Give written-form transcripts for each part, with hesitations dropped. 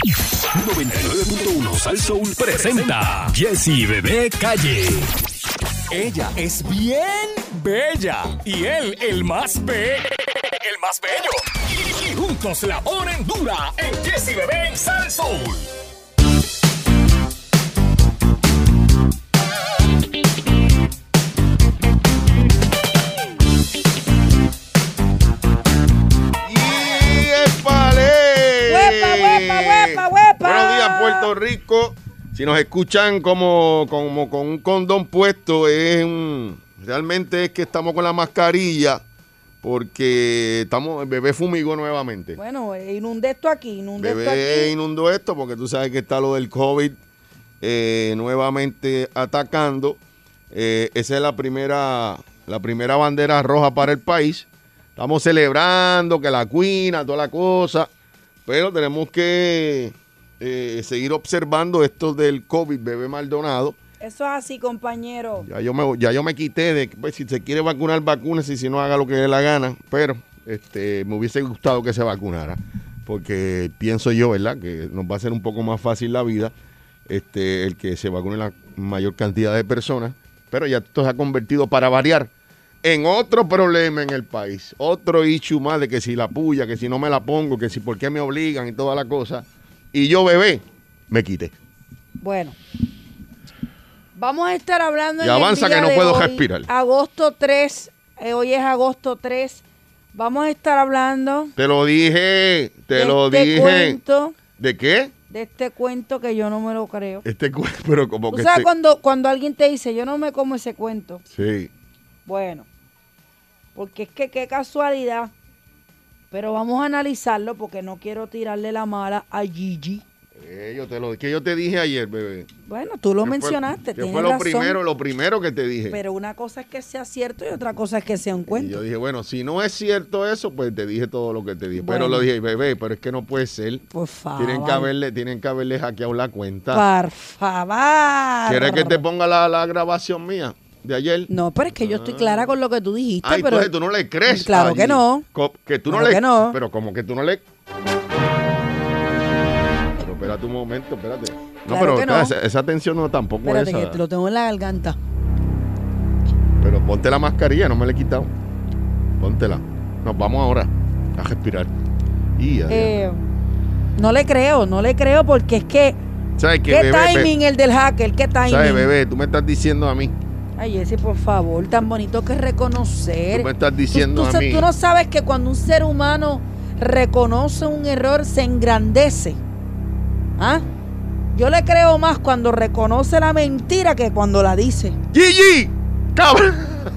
99.1 Sal Soul presenta Jessy Bebé Calle. Ella es bien bella y él el más bello. Y juntos la ponen dura en Jessy Bebé en Sal Soul. Buenos días, Puerto Rico. Si nos escuchan como con un condón puesto, realmente es que estamos con la mascarilla porque bebé fumigó nuevamente. Bueno, inundé esto aquí, Bebé inundó esto porque tú sabes que está lo del COVID nuevamente atacando. Esa es la primera bandera roja para el país. Estamos celebrando que la cuina, toda la cosa, pero tenemos que seguir observando esto del COVID, Bebé Maldonado. Eso es así, compañero. Ya yo me quité de que pues, si se quiere vacunar, vacúnese, si no haga lo que le dé la gana, pero me hubiese gustado que se vacunara, porque pienso yo, ¿verdad?, que nos va a hacer un poco más fácil la vida el que se vacune la mayor cantidad de personas, pero ya esto se ha convertido, para variar, en otro problema en el país, otro issue más de que si la puya, que si no me la pongo, que si por qué me obligan y toda la cosa. Y yo, bebé, me quité. Bueno, vamos a estar hablando y avanza el día que no de puedo hoy, respirar. Agosto 3, hoy es agosto 3. Vamos a estar hablando. Te lo dije. Cuento, ¿De qué? De este cuento que yo no me lo creo. Pero como ¿Tú que sabes cuando alguien te dice, yo no me como ese cuento? Sí. Bueno, porque es que qué casualidad. Pero vamos a analizarlo porque no quiero tirarle la mala a Gigi. Yo te dije ayer, bebé. Bueno, tú lo mencionaste, tienes razón. Lo primero que te dije. Pero una cosa es que sea cierto y otra cosa es que sea un cuento. Y yo dije, bueno, si no es cierto eso, pues te dije todo lo que te dije. Bueno, pero lo dije, bebé, pero es que no puede ser. Por favor. Tienen que haberle hackeado la cuenta. Por favor. ¿Quieres que te ponga la grabación mía de ayer? No, pero es que yo estoy clara con lo que tú dijiste. Ay, pero entonces tú no le crees. Claro que no. Que tú claro no le... que no. Pero como que tú no le... Pero espérate un momento, espérate. No, claro pero no. Esa tensión no tampoco espérate, esa. que te lo tengo en la garganta. Pero ponte la mascarilla, no me la he quitado. Póntela. Nos vamos ahora a respirar. No le creo porque es que... ¿Sabes qué? ¿Qué timing el del hacker? ¿Qué timing? ¿Sabes, bebé? Tú me estás diciendo a mí. Ay, Jessy, por favor, tan bonito que es reconocer. Tú me estás diciendo a mí. Tú no sabes que cuando un ser humano reconoce un error, se engrandece. ¿Ah? Yo le creo más cuando reconoce la mentira que cuando la dice. ¡Gigi! ¡Cabrón!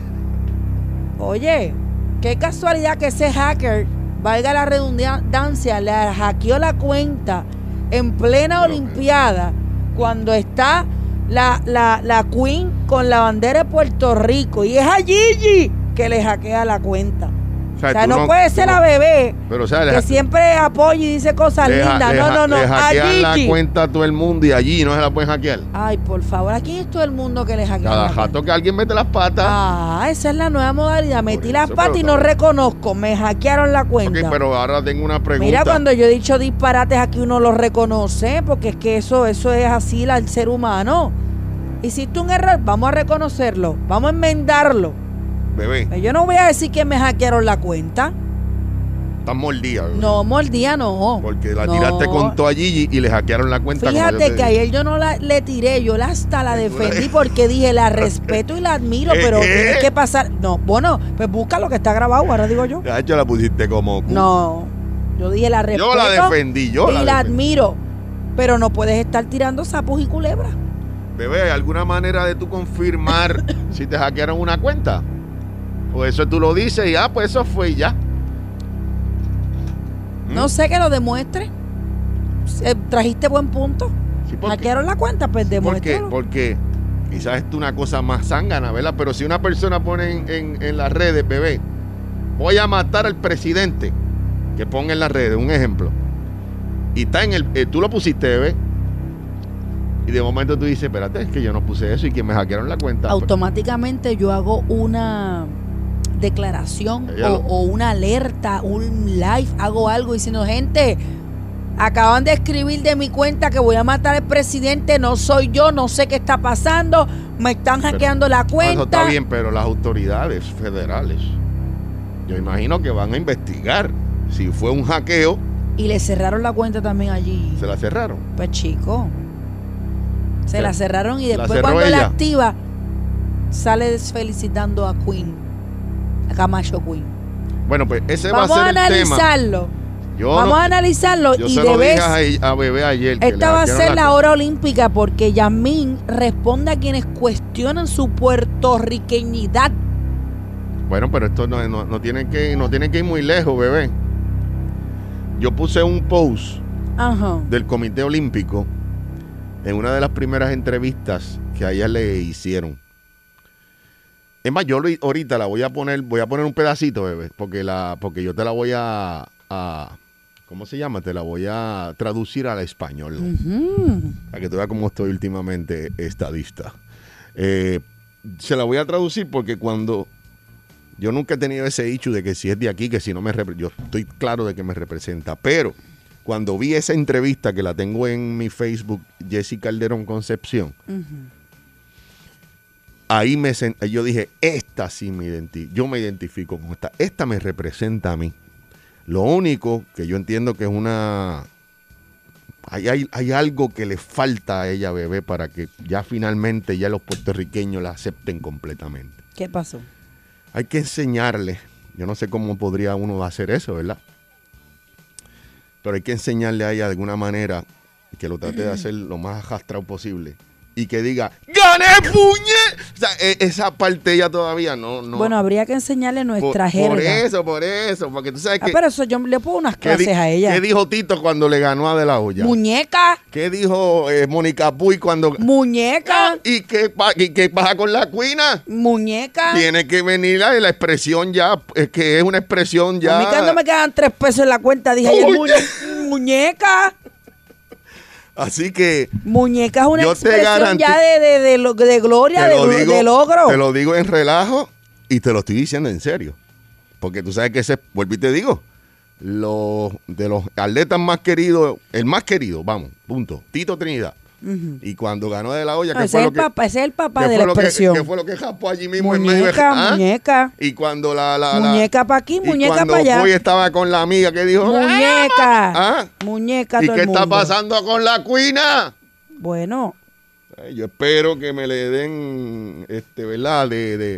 Oye, qué casualidad que ese hacker, valga la redundancia, le hackeó la cuenta en plena Olimpiada, cuando está la Queen con la bandera de Puerto Rico, y es a Gigi que le hackea la cuenta. O sea, no puede ser a Bebé, pero, o sea, que siempre apoya y dice cosas lindas. No. Le hackean a Gigi la cuenta a todo el mundo y allí no se la pueden hackear. Ay, por favor, aquí es todo el mundo que le hackea. Cada rato que alguien mete las patas. Ah, esa es la nueva modalidad. Metí las patas y no reconozco. Me hackearon la cuenta. Ok, pero ahora tengo una pregunta. Mira, cuando yo he dicho disparates aquí uno los reconoce, porque es que eso es así el ser humano. Hiciste un error, vamos a reconocerlo, vamos a enmendarlo. Bebé. Yo no voy a decir que me hackearon la cuenta. Estás mordida, bebé. No, mordida no. Porque la tiraste con todo a Gigi y le hackearon la cuenta. Fíjate que ayer yo no le tiré, yo hasta la defendí porque dije, la respeto y la admiro, pero tiene que pasar. No, bueno, pues busca lo que está grabado, ahora digo yo. De hecho, la pusiste como... No, yo dije, la respeto. Yo la defendí, y la admiro, pero no puedes estar tirando sapos y culebras. Bebé, ¿hay alguna manera de tú confirmar si te hackearon una cuenta? O eso tú lo dices y pues eso fue y ya. No sé, que lo demuestre. Trajiste buen punto. Sí, hackearon la cuenta, pues demuéstralo. Porque quizás esto es una cosa más zángana, ¿verdad? Pero si una persona pone en las redes, bebé, voy a matar al presidente, que ponga en las redes, un ejemplo, y está tú lo pusiste, bebé, y de momento tú dices, espérate, es que yo no puse eso y que me hackearon la cuenta. Automáticamente yo hago una declaración o una alerta, un live, hago algo diciendo, gente, Acaban de escribir de mi cuenta que voy a matar al presidente, no soy yo, no sé qué está pasando, me están hackeando la cuenta. Eso está bien, pero las autoridades federales, yo imagino que van a investigar si fue un hackeo. Y le cerraron la cuenta también allí. ¿Se la cerraron? Pues chico, se la cerraron y ¿La después cerró cuando ella? la activa, sale desfelicitando a Queen, a Camacho Queen. Bueno, pues ese Vamos va a ser a el tema. analizarlo. Yo Vamos no- a analizarlo Yo y se lo debes. dije a Bebé ayer. que Esta le va a hackearon ser la cuenta. hora olímpica porque Yamín responde a quienes cuestionan su puertorriqueñidad. Bueno, pero esto no tiene que ir muy lejos, bebé. Yo puse un post Ajá. del Comité Olímpico en una de las primeras entrevistas que a ella le hicieron. Es más, ahorita la voy a poner un pedacito, bebé, porque yo te la voy a ¿cómo se llama? Te la voy a traducir al español, ¿no? Ujú. Para que tú veas cómo estoy últimamente estadista. Se la voy a traducir porque cuando yo nunca he tenido ese issue de que si es de aquí, que si no me representa, yo estoy claro de que me representa, pero cuando vi esa entrevista que la tengo en mi Facebook, Jessy Calderón Concepción, ahí yo dije, esta sí yo me identifico con esta me representa a mí. Lo único que yo entiendo que es hay algo que le falta a ella, bebé, para que ya finalmente ya los puertorriqueños la acepten completamente. ¿Qué pasó? Hay que enseñarle, yo no sé cómo podría uno hacer eso, ¿verdad? Pero hay que enseñarle a ella de alguna manera que lo trate de hacer lo más arrastrado posible y que diga, ¡gané, puñe! O sea, esa parte ella todavía no. Bueno, habría que enseñarle nuestra por jerga. por eso, porque tú sabes que... Pero eso yo le pongo unas ¿qué di- clases a ella. ¿Qué dijo Tito cuando le ganó a De La Hoya? Muñeca, ¿Qué dijo Mónica Puy cuando... muñeca, ¿Y qué pasa con la cuina? muñeca. Tiene que venir la expresión ya, es que es una expresión ya... A mí cuando me quedan 3 pesos en la cuenta dije, "Ay, muñeca. Así que Muñeca es una yo te expresión ya garantizo- de gloria, de logro. te lo digo en relajo y te lo estoy diciendo en serio. Porque tú sabes que vuelvo y te digo, de los atletas más queridos, el más querido, vamos, punto, Tito Trinidad. Y cuando ganó De La Hoya, No, que ese, fue es lo el que... papá, ese es el papá ¿qué de fue la lo que- expresión. ¿Qué fue lo que japó allí mismo en medio de... Muñeca, ¿Ah? muñeca. Y cuando la Muñeca para aquí, y muñeca cuando para allá. Puy estaba con la amiga que dijo... Muñeca. ¿Ah? Muñeca ¿Y todo qué el está mundo. pasando con la cuina? Bueno, Yo espero que me le den, ¿verdad? De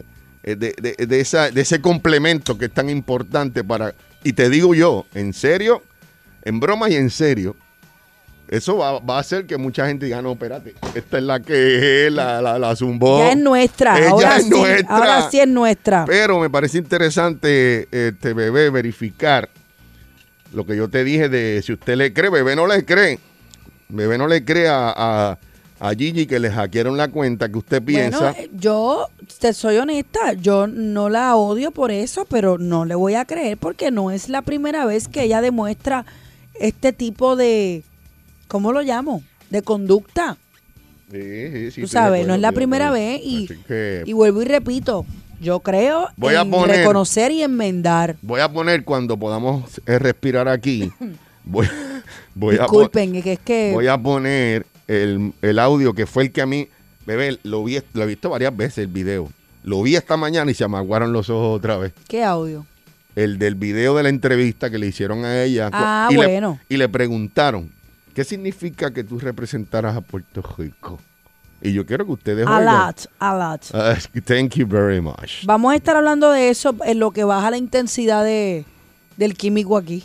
ese complemento que es tan importante para... Y te digo yo, en serio, en broma y en serio, eso va a hacer que mucha gente diga, no, espérate, esta es la que es, la zumbó. ya es nuestra. Ella Ahora es sí, nuestra. ahora sí es nuestra. Pero me parece interesante, bebé, verificar lo que yo te dije de si usted le cree. Bebé no le cree. Bebé no le cree a Gigi que le hackearon la cuenta, que usted piensa. Bueno, yo te soy honesta, yo no la odio por eso, pero no le voy a creer porque no es la primera vez que ella demuestra este tipo de, ¿cómo lo llamo? De conducta. Sí, Tú estoy de sabes, no acuerdo, es la estoy de primera acuerdo. vez Así que y vuelvo y repito, yo creo Voy a en poner- reconocer y enmendar. voy a poner cuando podamos respirar aquí. Voy a Disculpen, es que voy a poner el audio que fue el que a mí, bebé, lo he visto varias veces el video. Lo vi esta mañana y se me aguaron los ojos otra vez. ¿qué audio? El del video de la entrevista que le hicieron a ella. Ah, y bueno. y le preguntaron, ¿qué significa que tú representaras a Puerto Rico? Y yo quiero que ustedes A oigan. lot. Thank you very much. Vamos a estar hablando de eso en lo que baja la intensidad del químico aquí.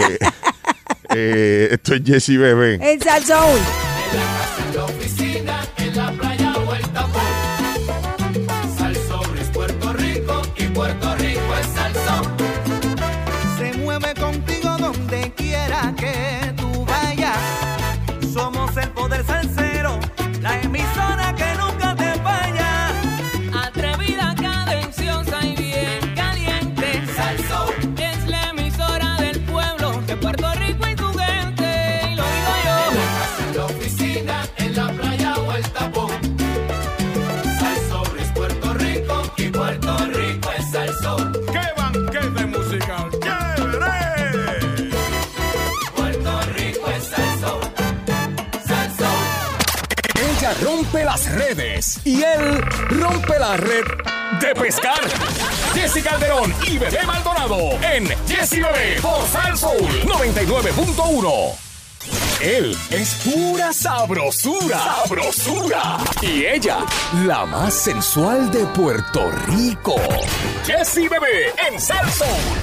Esto es Jessy Bebé. En Salsoul. En la oficina, en la playa o el tapón. Salsoul es Puerto Rico y Puerto Rico es salsón. Se mueve contigo donde quiera que tú vayas. Somos el poder salsero, la emisora que nunca te falla. Atrevida, cadenciosa y bien caliente. Salsoul es la emisora del pueblo de Puerto Rico y su gente. Y lo digo yo. En la casa, en la oficina, en la playa Ella rompe las redes y él rompe la red de pescar. Jessy Calderón y Bebé Maldonado en Jessy Bebé por Sal Soul 99.1. Él es pura sabrosura. Sabrosura. Y ella, la más sensual de Puerto Rico. Jessy Bebé en Sal Soul.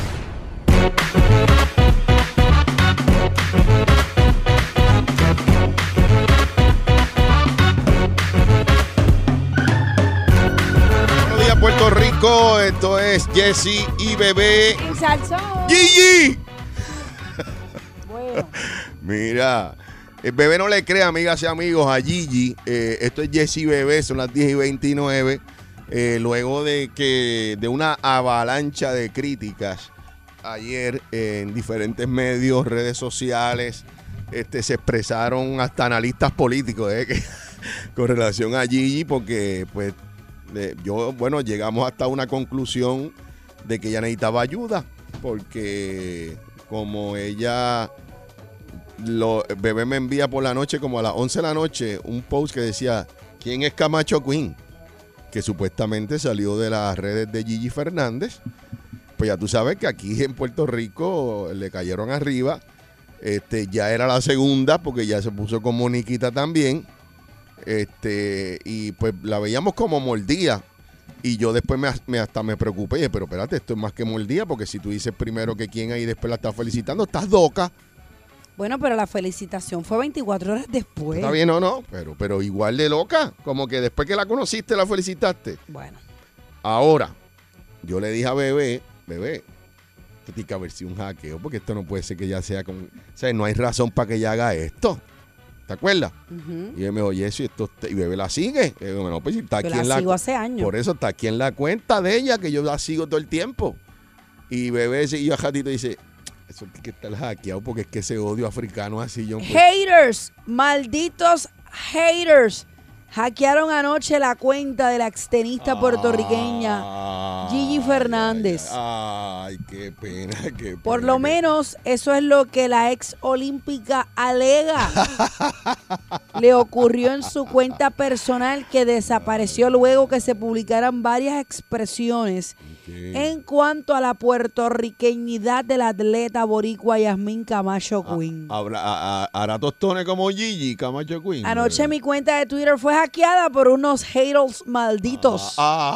Buenos días, Puerto Rico. Esto es Jessy y Bebé. En Salsón. ¡Gigi! Bueno. Mira, el Bebé no le cree, amigas y amigos, a Gigi. Esto es Jessy Bebé, son las 10:29. Luego de una avalancha de críticas ayer en diferentes medios, redes sociales, se expresaron hasta analistas políticos con relación a Gigi, porque pues llegamos hasta una conclusión de que ella necesitaba ayuda, porque como ella... Bebé me envía por la noche, como a las 11 de la noche, un post que decía: ¿quién es Camacho Queen? Que supuestamente salió de las redes de Gigi Fernández. Pues ya tú sabes que aquí en Puerto Rico le cayeron arriba. Ya era la segunda, porque ya se puso como Niquita también. Y pues la veíamos como mordida. Y yo después hasta me preocupé. Y dije, pero espérate, esto es más que mordida, porque si tú dices primero que quién ahí después la estás felicitando, estás doca. Bueno, pero la felicitación fue 24 horas después. Está bien o no, pero igual de loca. Como que después que la conociste, la felicitaste. Bueno. Ahora, yo le dije a Bebé, que tiene que haber sido un hackeo, porque esto no puede ser que ya sea con... O sea, no hay razón para que ella haga esto. ¿Te acuerdas? Uh-huh. Y él me dijo, oye, y Bebé la sigue. Y yo, no, pues si está aquí yo la sigo hace años. Por eso está aquí en la cuenta de ella, que yo la sigo todo el tiempo. Y Bebé siguió a ratito y dice... Eso tiene que estar hackeado, porque es que ese odio africano así yo... Haters, malditos haters. Hackearon anoche la cuenta de la extenista puertorriqueña Gigi Fernández. Ay, qué pena, qué pena. Por lo menos eso es lo que la ex olímpica alega. Le ocurrió en su cuenta personal, que desapareció luego que se publicaran varias expresiones en cuanto a la puertorriqueñidad del atleta boricua Yasmín Camacho Queen. ¿Hará tostones como Gigi Camacho Queen? Anoche mi cuenta de Twitter fue hackeada por unos haters malditos.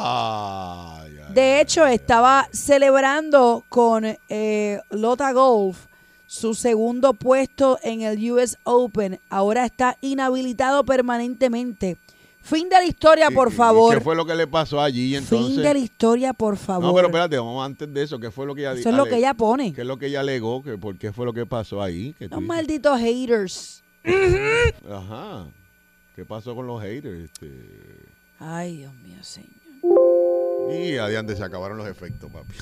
De hecho, estaba celebrando con Lota Golf su segundo puesto en el US Open. Ahora está inhabilitado permanentemente. Fin de la historia, por favor. ¿Qué fue lo que le pasó allí entonces? Fin de la historia, por favor. No, pero espérate, vamos antes de eso. ¿Qué fue lo que ella Eso es lo que ella pone. ¿Qué es lo que ella alegó? ¿Por qué fue lo que pasó ahí? Los malditos haters. Ajá. ¿Qué pasó con los haters? Ay, Dios mío, señor. Y adiante, se acabaron los efectos, papi.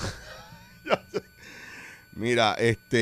Mira,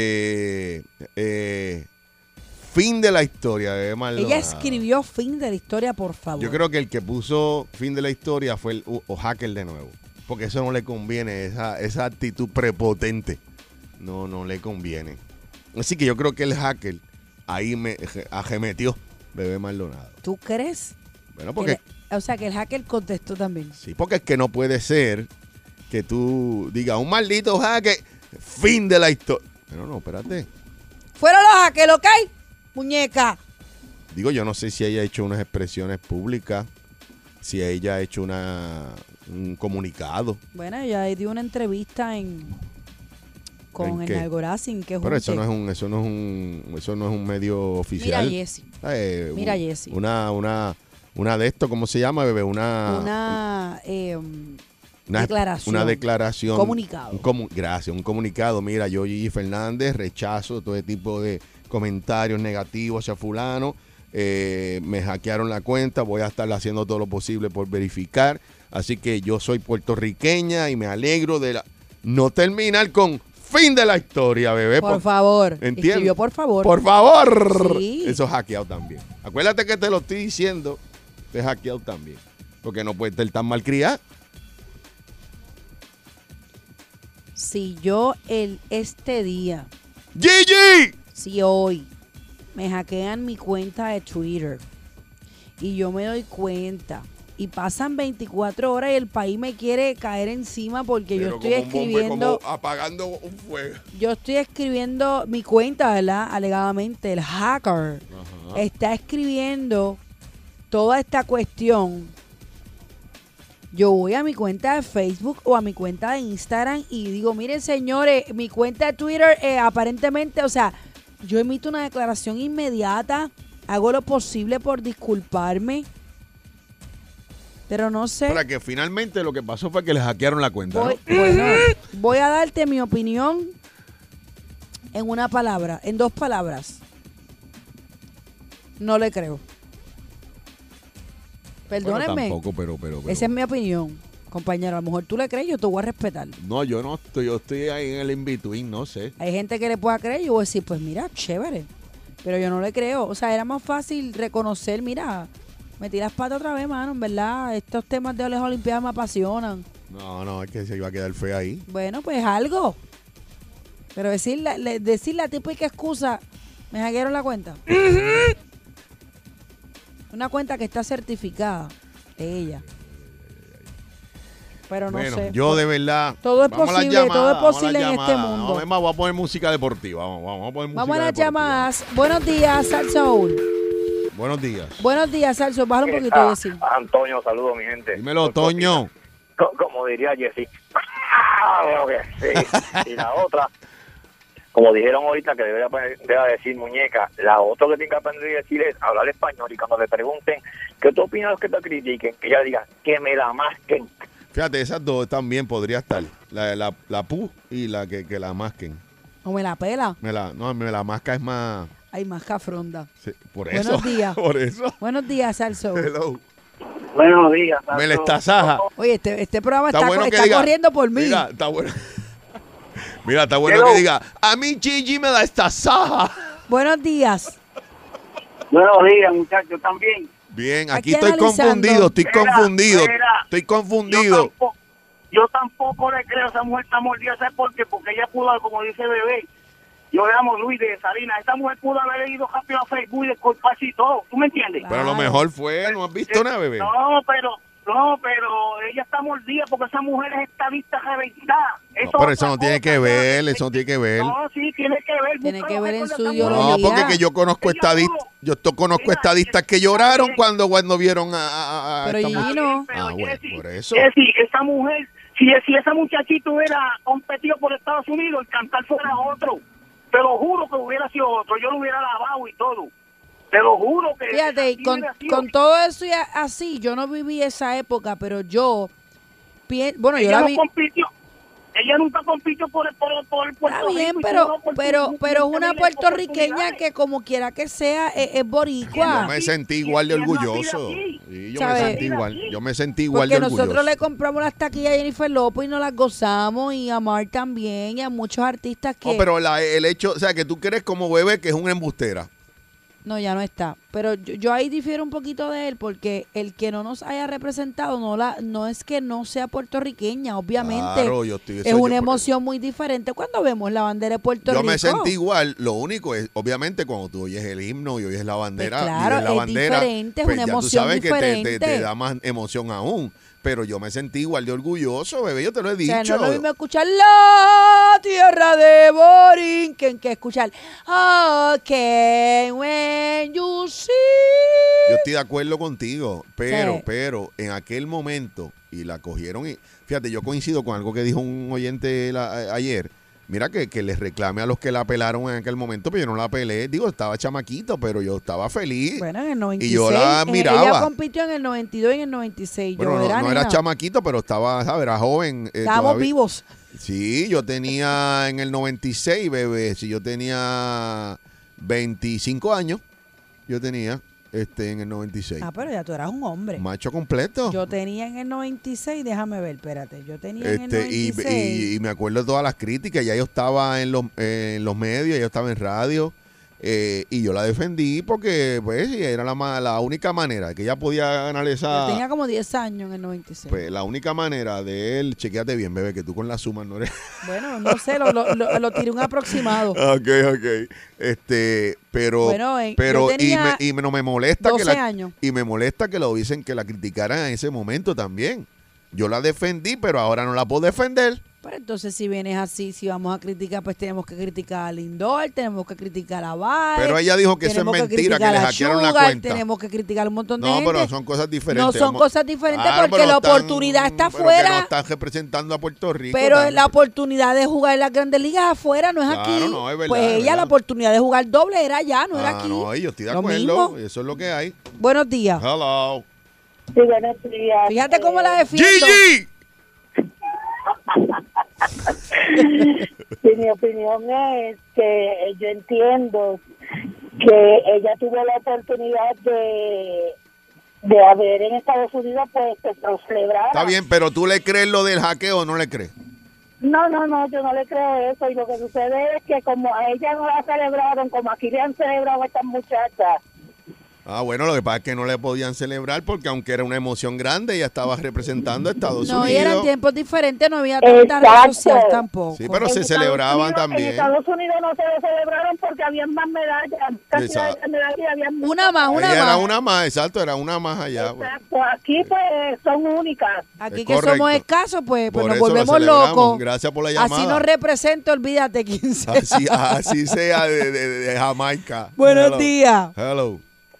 fin de la historia, Bebé Maldonado. Ella escribió fin de la historia, por favor. Yo creo que el que puso fin de la historia fue el hacker de nuevo. Porque eso no le conviene, esa actitud prepotente. No le conviene. Así que yo creo que el hacker ahí me arremetió, Bebé Maldonado. ¿Tú crees? Bueno, porque... O sea, que el hacker contestó también. Sí, porque es que no puede ser que tú digas, un maldito hacker, fin de la historia. Pero no, espérate. ¿Fueron los hackers, ok? Muñeca. Digo, yo no sé si ella ha hecho unas expresiones públicas, si ella ha hecho un comunicado. Bueno, ella dio una entrevista con el Algorazing, que es pero eso no es un medio oficial. Mira, Jessy. Mira, Jessy. Una de esto, ¿cómo se llama, Bebé? Una declaración. Una declaración. Comunicado. Gracias, un comunicado. Mira, yo, Gigi Fernández, rechazo todo tipo de comentarios negativos hacia fulano. Me hackearon la cuenta, voy a estar haciendo todo lo posible por verificar. Así que yo soy puertorriqueña y me alegro de no terminar con fin de la historia, Bebé. Por favor. ¿Entiendes? Escribió por favor. Por favor. Sí. Eso es hackeado también. Acuérdate que te lo estoy diciendo. Es hackeado también. Porque no puede estar tan mal criado. Si yo este día, ¡Gigi! si hoy me hackean mi cuenta de Twitter y yo me doy cuenta. Y pasan 24 horas y el país me quiere caer encima porque yo estoy escribiendo... Como apagando un fuego. Yo estoy escribiendo mi cuenta, ¿verdad? Alegadamente, el hacker está escribiendo toda esta cuestión. Yo voy a mi cuenta de Facebook o a mi cuenta de Instagram y digo, miren señores, mi cuenta de Twitter aparentemente, o sea, yo emito una declaración inmediata, hago lo posible por disculparme. Pero no sé. Para que finalmente lo que pasó fue que les hackearon la cuenta, ¿no? Bueno, voy a darte mi opinión en una palabra, en 2 palabras. No le creo. Perdónenme. Bueno, tampoco, pero. Esa es mi opinión, compañero. A lo mejor tú le crees, yo te voy a respetar. No, yo no estoy, yo estoy ahí en el in-between, no sé. Hay gente que le pueda creer y yo voy a decir, pues mira, chévere. Pero yo no le creo. O sea, era más fácil reconocer, mira... Metí las patas otra vez, mano, en verdad. Estos temas de las Olimpiadas me apasionan. No, es que se iba a quedar fea ahí. Bueno, pues algo. Pero decir la típica excusa, me hackearon la cuenta. Una cuenta que está certificada de ella. Pero no sé. Yo de verdad... Todo es posible en este mundo. Además, voy a poner música deportiva. Vamos a poner música Vamos a las deportiva. llamadas. Buenos días, Salsoul. Buenos días. Buenos días, Salsoul. Bájalo un poquito, Jessy. Antonio, saludos, mi gente. Dímelo, Toño. Como diría Jessy. Sí. Y la otra, como dijeron ahorita que debería decir muñeca, la otra que tiene que aprender a decir es hablar español y cuando le pregunten ¿qué tú opinas de los que te critiquen? Que ella diga que me la masquen. Fíjate, esas dos también podría estar. La pu y la que la masquen. ¿O me la pela? Me la masca es más... Hay más cafronda. Sí, por eso. Buenos días. Por eso. Buenos días, Salsoul. Hello. Buenos días. Me la estasaja. Oye, este programa está bueno que diga, corriendo por mí. Mira, está bueno. Mira, está bueno que diga, a mí Gigi me la estasaja. Buenos días. Buenos días, muchachos, también. Bien, Aquí aquí estoy analizando. estoy confundido. Yo tampoco le creo a esa mujer tan mordida, ¿sabes por qué? Porque ella pudo, como dice Bebé, yo le llamo Luis de Salinas, esa mujer pudo haber ido rápido a Facebook y disculparse y todo, ¿tú me entiendes? Pero lo mejor fue, ¿no has visto nada, bebé? No, pero ella está mordida porque esa mujer es estadista reventada. Pero eso no tiene que ver, eso no tiene que ver. No, sí, tiene que ver. Tiene que ver en su No, ideología. porque que yo conozco estadistas, estadistas que lloraron cuando vieron a Pero esta Gigi mujer. no. Bueno, por eso. Esa mujer, si esa muchachita hubiera competido por Estados Unidos, el cantar fuera otro. Te lo juro que hubiera sido otro. Yo lo hubiera lavado y todo. Te lo juro que... Fíjate, con todo eso y así, yo no viví esa época, pero yo... Bueno, yo la vi... Ella nunca compitió por Puerto Está bien, Rico. pero es una puertorriqueña que como quiera que sea, es boricua. Yo me sentí igual de orgulloso. Sí, yo ¿Sabes? me sentí igual. Yo me sentí igual Porque de orgulloso. nosotros le compramos las taquillas a Jennifer López y nos las gozamos, y a Mar también, y a muchos artistas que... No, pero el hecho, o sea, que tú crees como Bebé que es una embustera. No, ya no está. Pero yo ahí difiero un poquito de él, porque el que no nos haya representado no es que no sea puertorriqueña, obviamente. Claro, es una emoción muy diferente cuando vemos la bandera de Puerto Rico. Yo me sentí igual. Lo único es, obviamente, cuando tú oyes el himno y oyes la bandera, Pues claro, y ves la es bandera, diferente, es pues una ya emoción tú sabes diferente. que te da más emoción aún. Pero yo me sentí igual de orgulloso, bebé, yo te lo he dicho. O sea, no es lo mismo escuchar la tierra de Borinquen que escuchar okay, when you see. Yo estoy de acuerdo contigo, pero, Sí. pero en aquel momento, y la cogieron, y fíjate, yo coincido con algo que dijo un oyente ayer. Mira que les reclame a los que la pelaron en aquel momento, pero yo no la pelé. Digo, estaba chamaquito, pero yo estaba feliz. Bueno, en el 96. Y yo la miraba. Ella compitió en el 92 y en el 96. Bueno, no era chamaquito, pero estaba, ¿sabes? Era joven. Estábamos vivos. Sí, yo tenía en el 96, bebé. Si yo tenía 25 años, yo tenía en el 96. Ah, pero ya tú eras un hombre. Macho completo. Yo tenía en el 96, déjame ver, espérate. Yo tenía en el 96. Y me acuerdo de todas las críticas. Ya yo estaba en los medios, ya yo estaba en radio. Y yo la defendí porque pues era la única manera que ella podía ganar esa... Yo tenía como 10 años en el 96. Pues la única manera de él, chequeate bien, bebé, que tú con la suma no eres... Bueno, no sé, lo tiré un aproximado. Ok. Pero, Bueno, pero yo tenía no me molesta 12 que años. y me molesta que lo dicen, que la criticaran en ese momento también. Yo la defendí, pero ahora no la puedo defender. Pero entonces si vienes así, si vamos a criticar, pues tenemos que criticar a Lindor, tenemos que criticar a Baez. Pero ella dijo que eso es tenemos mentira, que criticar le a hackearon la Sugar, cuenta. Tenemos que criticar a un montón de gente. No, pero son cosas diferentes. No son cosas diferentes porque pero la están- oportunidad está pero afuera. que no están representando a Puerto Rico. Pero también. la oportunidad de jugar en las Grandes Ligas afuera, no es Claro, aquí. no, es verdad, pues es ella, la verdad. oportunidad de jugar doble era allá, no era aquí. No, yo estoy de Lo acuerdo. mismo. Eso es lo que hay. Buenos días. Hello. Sí, buenos días. Fíjate cómo la defiendo. Gigi. Sí, mi opinión es que yo entiendo que ella tuvo la oportunidad de haber en Estados Unidos, pues, que se lo celebrara. Está bien, pero ¿tú le crees lo del hackeo o no le crees? No, yo no le creo eso. Y lo que sucede es que como a ella no la celebraron, como aquí le han celebrado a estas muchachas, Ah, bueno, lo que pasa es que no le podían celebrar porque aunque era una emoción grande, ella estaba representando a Estados No, y Unidos. eran tiempos diferentes, no había tanta red Exacto. social tampoco. Sí, pero se en celebraban Estados Unidos- también. En Estados Unidos no se lo celebraron porque habían más medallas, cantidad de medallas y había Una más, una Ella más. era una más, exacto, era una más allá. pues. Exacto, aquí pues son únicas. Aquí Es que correcto. somos escasos, pues Por nos eso lo volvemos celebramos. locos. Gracias por la llamada. Así nos representa, olvídate quién sea. Así sea de Jamaica. Buenos Hello. días. Hello.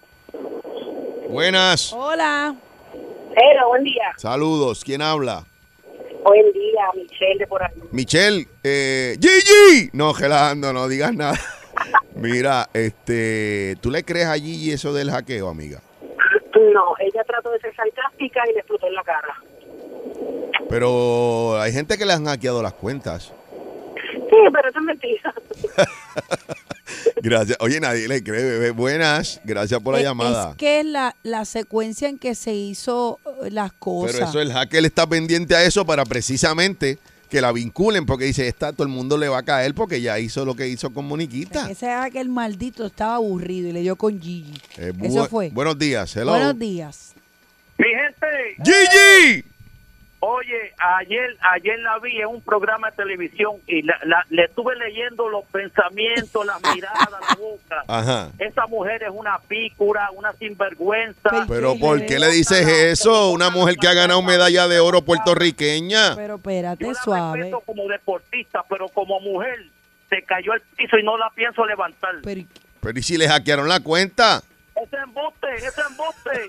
Buenas. Hola. Pero buen día. Saludos. ¿Quién habla? Buen día, Michelle de por ahí. Michelle. Gigi. No, gelando, no digas nada. Mira, ¿tú le crees a Gigi eso del hackeo, amiga? No, ella trató de ser sarcástica y le explotó en la cara. Pero hay gente que le han hackeado las cuentas. Sí, pero eso es mentira. Gracias. Oye, nadie le cree, bebé. Buenas. Gracias por la llamada. Es que es la secuencia en que se hizo las cosas. Pero eso el hacker está pendiente a eso para precisamente que la vinculen, porque dice, todo el mundo le va a caer porque ya hizo lo que hizo con Moniquita. Ese era que el maldito estaba aburrido y le dio con Gigi. Eso fue. Buenos días. Hello. Buenos días. Mi gente, Gigi. oye, ayer la vi en un programa de televisión y le estuve leyendo los pensamientos, las miradas, la boca. Ajá. Esa mujer es una pícora, una sinvergüenza. Pero ¿por qué le dices eso? Una mujer que ha ganado medalla de oro puertorriqueña. Pero espérate, Yo la suave. respeto como deportista, pero como mujer se cayó al piso y no la pienso levantar. Pero ¿y si le hackearon la cuenta? Ese embuste.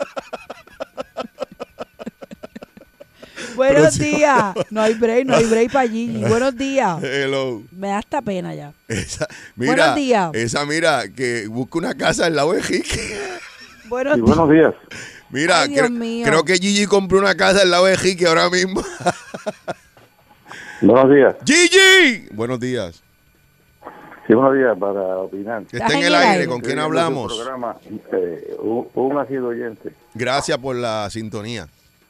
Buenos Pero si- días. No hay break para Gigi. Buenos días. Hello. Me da hasta pena ya. Mira, Buenos días. Mira, que busca una casa al lado de Jique. Buenos días. Buenos días. Mira, Ay, Dios mío. creo que Gigi compró una casa al lado de Jique ahora mismo. Buenos días. ¡Gigi! Buenos días. Sí, buenos días para opinar. Está en el aire. ¿Con quién hablamos? Programa, un asiduo oyente. Gracias por la sintonía.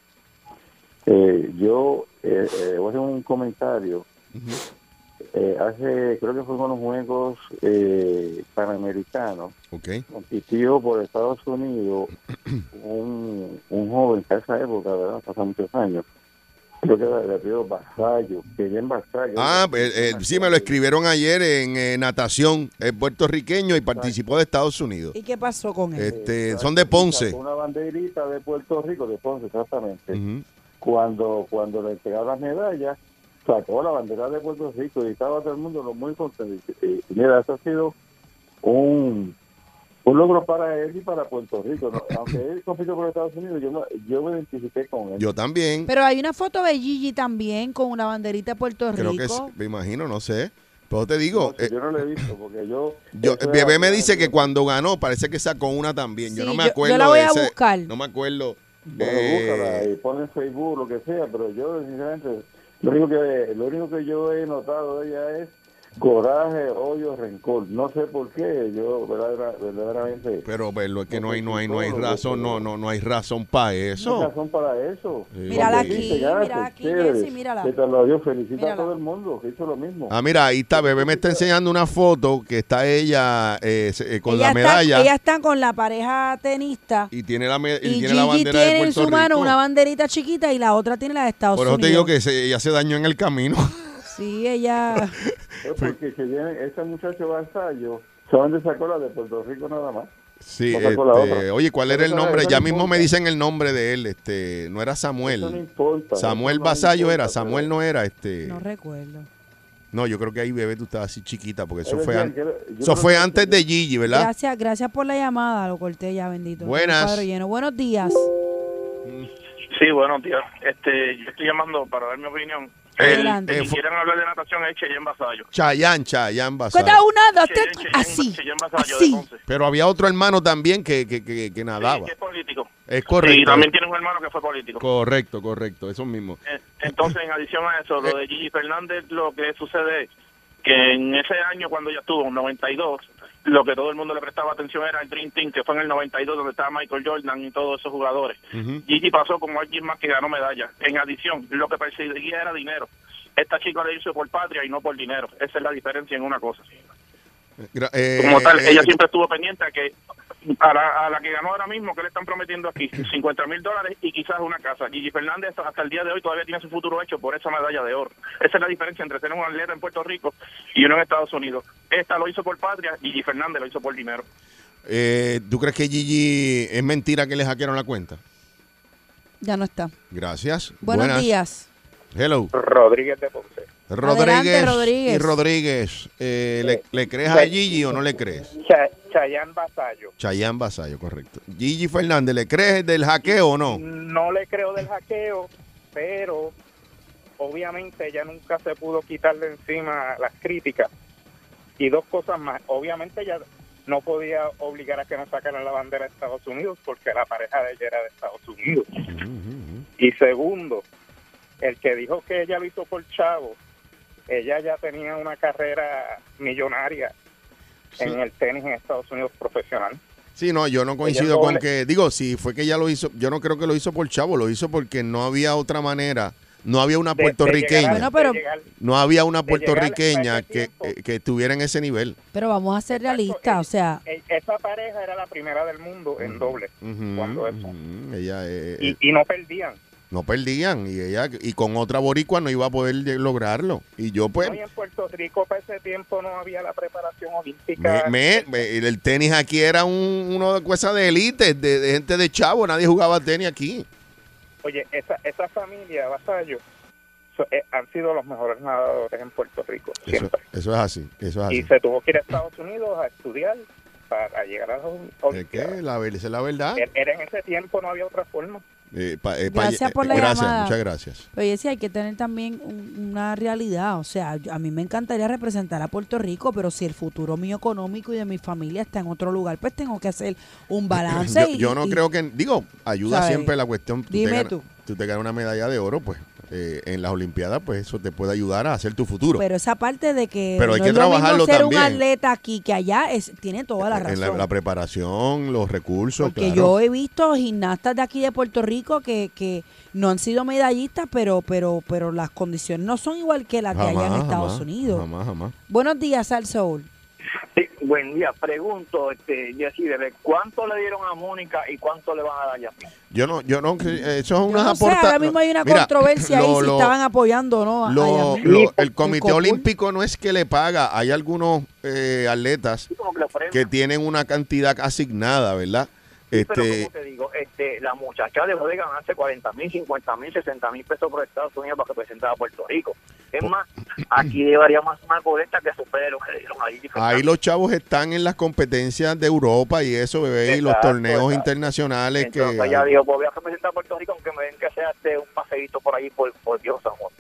Yo voy a hacer un comentario. Creo que fue con los Juegos Panamericanos. Okay. Compitió por Estados Unidos un joven que a esa época, ¿verdad? Hace muchos años. Creo que era de apellido Vasallo, que bien Vasallo. Sí, me lo escribieron ayer en natación. Es puertorriqueño y participó de Estados Unidos. ¿Y qué pasó con él? Son de Ponce. Sacó una banderita de Puerto Rico, de Ponce exactamente. Ujú. Cuando le entregaron las medallas, sacó la bandera de Puerto Rico y estaba todo el mundo muy contento. Y mira, eso ha sido un logro para él y para Puerto Rico, ¿no? Aunque él compitió por Estados Unidos, yo me identifiqué con él. Yo también. Pero hay una foto de Gigi también con una banderita de Puerto Creo Rico. que sí, me imagino, no sé. Pero te digo, No, yo no lo he visto porque Bebé me dice que cuando ganó parece que sacó una también. Yo Sí, no me yo acuerdo la voy de a ese. buscar. No me acuerdo. Bueno, búscala y pon en Facebook lo que sea, pero yo sinceramente lo único que yo he notado de ella es coraje, odio, rencor. No sé por qué, yo verdaderamente... Pero lo que no hay razón, no hay razón para eso. No hay razón para eso. Sí. Mírala Porque- aquí, Ganaste, mira aquí, chévere. Jessy, mírala. Que te lo dio, felicita Mírala. a todo el mundo que hizo lo mismo. Ah, mira, ahí está, Bebé me está enseñando una foto que está ella con la medalla Ella está con la pareja tenista. y tiene la, y Y tiene la Gigi bandera de tiene en Puerto su mano Rico. una banderita chiquita y la otra tiene la de Estados Por eso Unidos. te digo que ella se dañó en el camino. Sí, ella... Es porque si viene ese muchacho Vasallo, solamente sacó la de Puerto Rico nada más. Sí, No sacó la otra. oye, ¿cuál era el Eso nombre? no Ya importa. mismo me dicen el nombre de él, no era Eso no Samuel. importa. Samuel eso no Vasallo importa, era, Samuel pero- no era, No recuerdo. No, yo creo que ahí, Bebé, tú estabas así chiquita, porque eso Él fue, decía que era- yo eso creo fue que- antes de Gigi, ¿verdad? Gracias por la llamada, lo corté ya, bendito. Buenas. El cuadro lleno. Buenos días. Sí, buenos días. Yo estoy llamando para dar mi opinión. Adelante. Si quieran hablar de natación, es Cheyenne Vasallo. Chayán Vasallo. Cuenta una, dos, tres, Cheyenne así. Vasallo, Así. de Ponce. Pero había otro hermano también que nadaba. Sí, que es político. Es correcto. Y también tiene un hermano que fue político. Correcto, eso mismo. Entonces, en adición a eso, lo de Gigi Fernández, lo que sucede es que en ese año, cuando ella estuvo, en 92, lo que todo el mundo le prestaba atención era el Dream Team, que fue en el 92, donde estaba Michael Jordan y todos esos jugadores. Ujú. Gigi pasó como alguien más que ganó medalla. En adición, lo que perseguía era dinero. Esta chica le hizo por patria y no por dinero. Esa es la diferencia en una cosa. Como tal, ella siempre estuvo pendiente a que a la que ganó ahora mismo, que le están prometiendo aquí, $50,000 y quizás una casa. Gigi Fernández hasta el día de hoy todavía tiene su futuro hecho por esa medalla de oro. Esa es la diferencia entre tener un atleta en Puerto Rico y uno en Estados Unidos. Esta lo hizo por patria, Gigi Fernández lo hizo por dinero. ¿Tú crees que Gigi es mentira que le hackearon la cuenta? Ya no está. Gracias. Buenos días. Hello. Rodríguez de Ponce. Rodríguez. Rodríguez. Y Rodríguez. ¿Le crees a Gigi o no le crees? Chayán Vasallo. Chayán Vasallo, correcto. Gigi Fernández, ¿le crees del hackeo o no? No le creo del hackeo, pero obviamente ella nunca se pudo quitarle encima las críticas. Y dos cosas más. Obviamente ella no podía obligar a que no sacaran la bandera de Estados Unidos porque la pareja de ella era de Estados Unidos. Y segundo, el que dijo que ella lo hizo por chavo, ella ya tenía una carrera millonaria en el tenis en Estados Unidos profesional. Sí, no, yo no coincido con que, si fue que ella lo hizo, yo no creo que lo hizo por chavo, lo hizo porque no había otra manera, no había una puertorriqueña, no había una puertorriqueña que estuviera en ese nivel. Pero vamos a ser realistas, o sea... Esa pareja era la primera del mundo en doble. Cuando eso. Ella, y no perdían. no perdían y con otra boricua no iba a poder lograrlo. Y yo pues... No, y en Puerto Rico para ese tiempo no había la preparación olímpica. El tenis aquí era uno de cosas de élite, de gente de chavo, nadie jugaba tenis aquí. Oye, esa familia, Vasallo, han sido los mejores nadadores en Puerto Rico, siempre. Eso es así, Y se tuvo que ir a Estados Unidos a estudiar para llegar a los Olimpiadas. Esa es la verdad. Era en ese tiempo, no había otra forma. Gracias por la llamada. Muchas gracias. Pero Jessy, hay que tener también una realidad. O sea, a mí me encantaría representar a Puerto Rico, pero si el futuro mío económico y de mi familia está en otro lugar, pues tengo que hacer un balance. Yo no creo que... ayuda ¿sabes? siempre la cuestión. Dime tú te ganas una medalla de oro, pues en las Olimpiadas, pues eso te puede ayudar a hacer tu futuro. Pero esa parte de que Pero hay no que es lo mismo trabajarlo ser también. un atleta aquí que allá, tiene toda la razón. En la preparación, los recursos, Porque claro. yo he visto gimnastas de aquí de Puerto Rico que no han sido medallistas, pero las condiciones no son igual que las de allá en Estados Unidos. Jamás. Buenos días, Al Soul. Sí, buen día. Pregunto, Jessy, ¿cuánto le dieron a Mónica y cuánto le van a dar a Yasmín? Yo no, eso es Yo unas no sé, ahora mismo hay una controversia ahí si estaban apoyando o no. El Comité Olímpico no es que le paga, hay algunos atletas que tienen una cantidad asignada, ¿verdad? Pero como te digo, la muchacha dejó de ganarse 40,000, 50,000, 60,000 pesos por Estados Unidos para que presentara a Puerto Rico. Es más, aquí debería más una boleta que supere lo que le dieron ahí. Ahí los chavos están en las competencias de Europa y eso, bebé, y los torneos internacionales. Entonces ella dijo, pues voy a representar a Puerto Rico aunque me den que sea un paseíto por ahí por Dios, amor.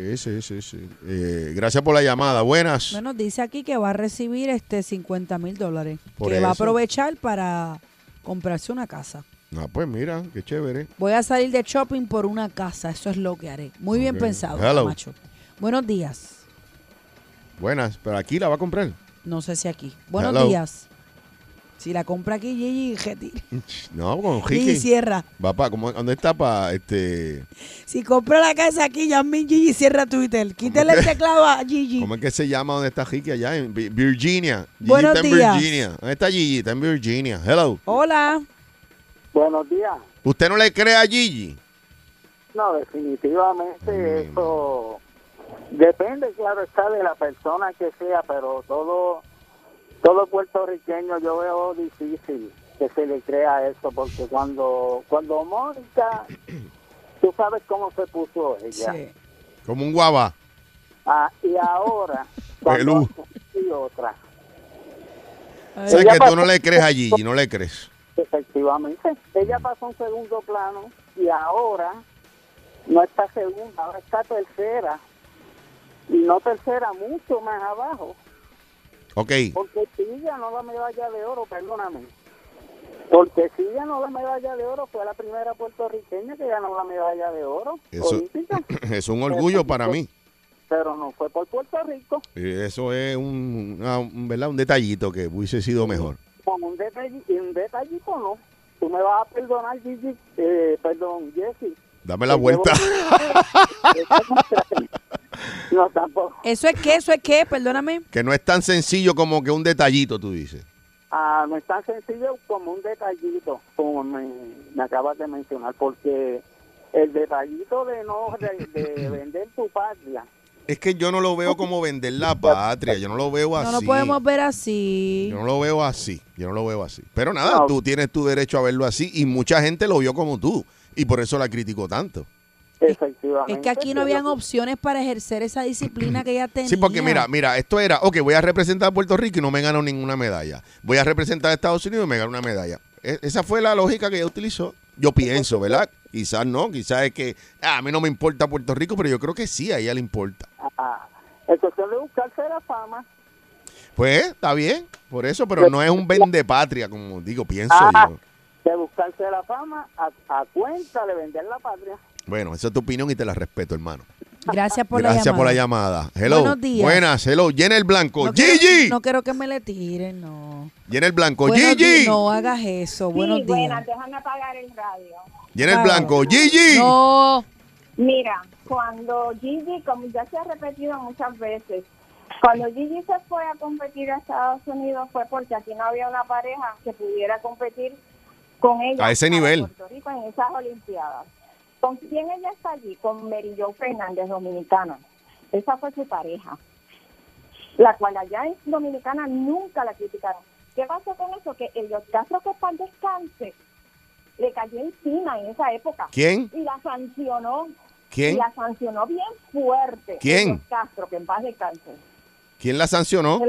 Sí. Gracias por la llamada. Buenas. Bueno, dice aquí que va a recibir $50,000 Por que va a eso. aprovechar para comprarse una casa. Pues mira, qué chévere. Voy a salir de shopping por una casa, eso es lo que haré. Muy bien pensado, Hello. macho. Buenos días. Buenas, pero aquí la va a comprar. No sé si aquí. Buenos Hello. días. Si la compra aquí, Gigi, retire. No, con Gigi Gigi. cierra. Va pa, ¿dónde está para Si compra la casa aquí, llame Gigi cierra Twitter. Quítale el teclado a Gigi. ¿Cómo es que se llama donde está Gigi allá? En Virginia. Gigi Buenos está en días. Virginia. ¿Dónde está Gigi? Está en Virginia. Hello. Hola. Buenos días. ¿Usted no le cree a Gigi? No, definitivamente eso depende, claro está, de la persona que sea, pero todo puertorriqueño yo veo difícil que se le crea eso, porque cuando Mónica, tú sabes cómo se puso ella. Sí. Como un guava. Y ahora, Pelú. y otra. O sea, Ella que tú pasó- no le crees a Gigi, no le crees. Efectivamente, ella pasó un segundo plano y ahora no está segunda, ahora está tercera. Y no tercera, mucho más abajo. Ok. Porque si ella no la medalla de oro, perdóname. Porque si ella no la medalla de oro, fue la primera puertorriqueña que ganó la medalla de oro Eso olímpica. es un orgullo para mí. Pero no fue por Puerto Rico. Y eso es ¿verdad? Un detallito que hubiese sido mejor. Con un detallito no. Tú me vas a perdonar, Gigi, perdón, Jessy. Dame la vuelta. No, tampoco. ¿Eso es qué? Perdóname. Que no es tan sencillo como que un detallito, tú dices. No es tan sencillo como un detallito, como me acabas de mencionar, porque el detallito de vender tu patria. Es que yo no lo veo como vender la patria. Yo no lo veo así. No lo podemos ver así. Yo no lo veo así. Pero nada, tú tienes tu derecho a verlo así y mucha gente lo vio como tú. Y por eso la criticó tanto. Efectivamente. Es que aquí no habían opciones para ejercer esa disciplina que ella tenía. Sí, porque mira, esto era, ok, voy a representar a Puerto Rico y no me gano ninguna medalla. Voy a representar a Estados Unidos y me gano una medalla. Esa fue la lógica que ella utilizó. Yo pienso, ¿verdad? Quizás no, quizás es que a mí no me importa Puerto Rico, pero yo creo que sí, a ella le importa. Es cuestión de buscarse la fama. Pues, está bien, por eso, pero no es un vendepatria, como digo, pienso yo. De buscarse la fama a cuenta de vender la patria. Bueno, esa es tu opinión y te la respeto, hermano. Gracias por Gracias la llamada. por la llamada. Hello. Buenos días. Buenas, hello. Llena el blanco. No Gigi. quiero, no quiero que me le tiren, no. Llena el blanco. Buenos Gigi. días, no hagas eso. Buenos días. Buenas, déjame apagar el radio. Llena el blanco. Gigi. No. Mira, cuando Gigi, como ya se ha repetido muchas veces, cuando Gigi se fue a competir a Estados Unidos fue porque aquí no había una pareja que pudiera competir con ella A ese para nivel. Puerto Rico en esas Olimpiadas. ¿Con quién ella está allí? Con Mary Jo Fernández, dominicana. Esa fue su pareja, la cual allá en Dominicana nunca la criticaron. ¿Qué pasó con eso? Que Eliot Castro, que para descanse, le cayó encima en esa época. ¿Quién? Y la sancionó. ¿Quién? Y la sancionó bien fuerte. ¿Quién? Eliot Castro, que en paz descanse. ¿Quién la sancionó?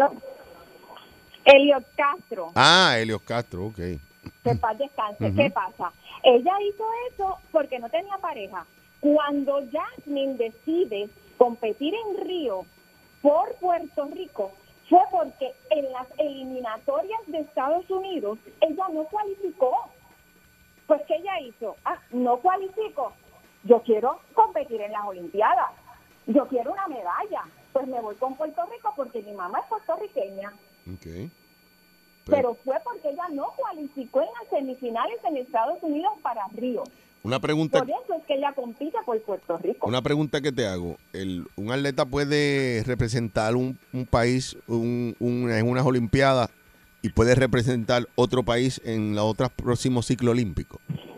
Eliot Castro, Helios Castro, ok. que en paz descanse. ¿Qué pasa? Ella hizo eso porque no tenía pareja. Cuando Jasmine decide competir en Río por Puerto Rico, fue porque en las eliminatorias de Estados Unidos ella no cualificó. Pues, ¿qué ella hizo? No cualifico. Yo quiero competir en las Olimpiadas. Yo quiero una medalla. Pues me voy con Puerto Rico porque mi mamá es puertorriqueña. Ok. Pero fue porque ella no cualificó en las semifinales en Estados Unidos para Río. Una pregunta. Por eso es que ella compite por Puerto Rico. Una pregunta que te hago. ¿Un atleta puede representar un país en unas Olimpiadas y puede representar otro país en los otros próximos ciclos olímpicos?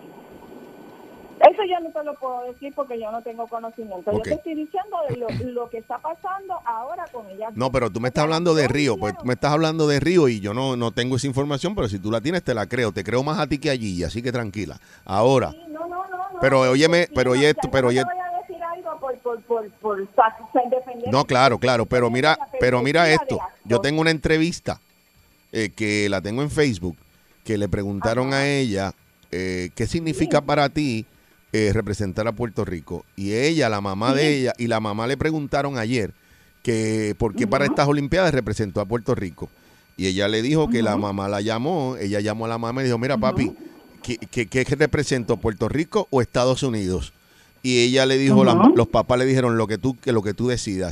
Eso yo no te lo puedo decir porque yo no tengo conocimiento. Ok. Yo te estoy diciendo de lo que está pasando ahora con ella. No, pero tú me estás hablando de Río. Pues tú me estás hablando de Río y yo no tengo esa información, pero si tú la tienes te la creo. Te creo más a ti que allí, así que tranquila. Ahora. Sí, no. Pero óyeme, pero oye esto, pero oye. No te voy a decir algo por defender. No, claro, pero mira esto. Yo tengo una entrevista que la tengo en Facebook que le preguntaron a ella qué significa para ti representar a Puerto Rico. Y ella, la mamá de ella, y la mamá le preguntaron ayer que por qué para estas Olimpiadas representó a Puerto Rico. Y ella le dijo que la mamá la llamó, ella llamó a la mamá y dijo, mira papi, ¿qué representó, Puerto Rico o Estados Unidos? Y ella le dijo, los papás le dijeron lo que tú decidas.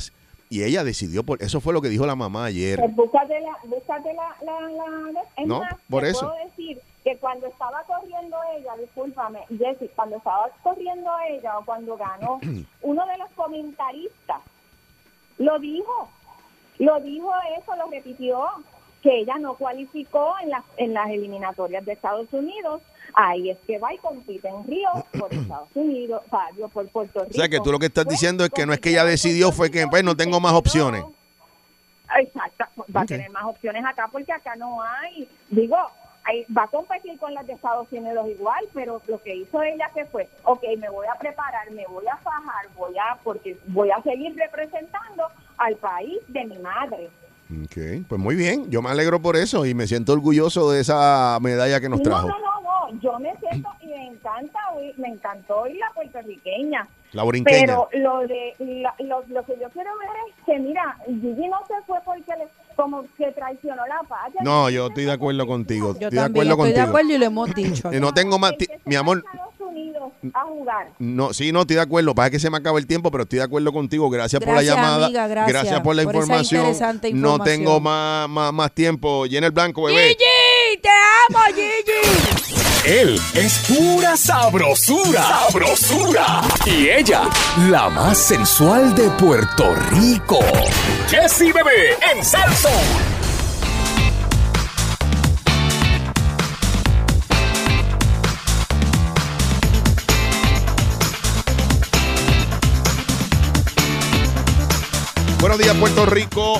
Y ella decidió, eso fue lo que dijo la mamá ayer. Pues búscate la es No, más, por te eso. puedo decir que cuando estaba corriendo ella, discúlpame, Jessy, cuando estaba corriendo ella o cuando ganó, uno de los comentaristas lo dijo eso, lo repitió, que ella no cualificó en las eliminatorias de Estados Unidos. Ahí es que va y compite en Río por Estados Unidos, por Puerto Rico. O sea, que tú lo que estás diciendo es que no es que ella decidió, fue que pues no tengo más opciones. Exacto, va a tener más opciones acá porque acá no hay. Digo, va a competir con las de Estados Unidos igual, pero lo que hizo ella que fue, me voy a preparar, me voy a fajar, porque voy a seguir representando al país de mi madre. Ok, pues muy bien, yo me alegro por eso y me siento orgulloso de esa medalla que nos trajo. No, yo me siento y me encantó oír la puertorriqueña. La borinqueña. Pero lo que yo quiero ver es que, mira, Gigi no se fue porque como que traicionó la patria. No, yo estoy de acuerdo contigo. Yo también estoy de acuerdo y lo hemos dicho. Y no tengo más, mi amor. A jugar. No, sí, no estoy de acuerdo. Pasa que se me acaba el tiempo, pero estoy de acuerdo contigo. Gracias por la llamada. Amiga, gracias por la información. No tengo más tiempo. Llena el blanco, bebé. Gigi, te amo, Gigi. Él es pura sabrosura. Sabrosura. Y ella, la más sensual de Puerto Rico. Jessy Bebé en Sal Soul. Buenos días, Puerto Rico,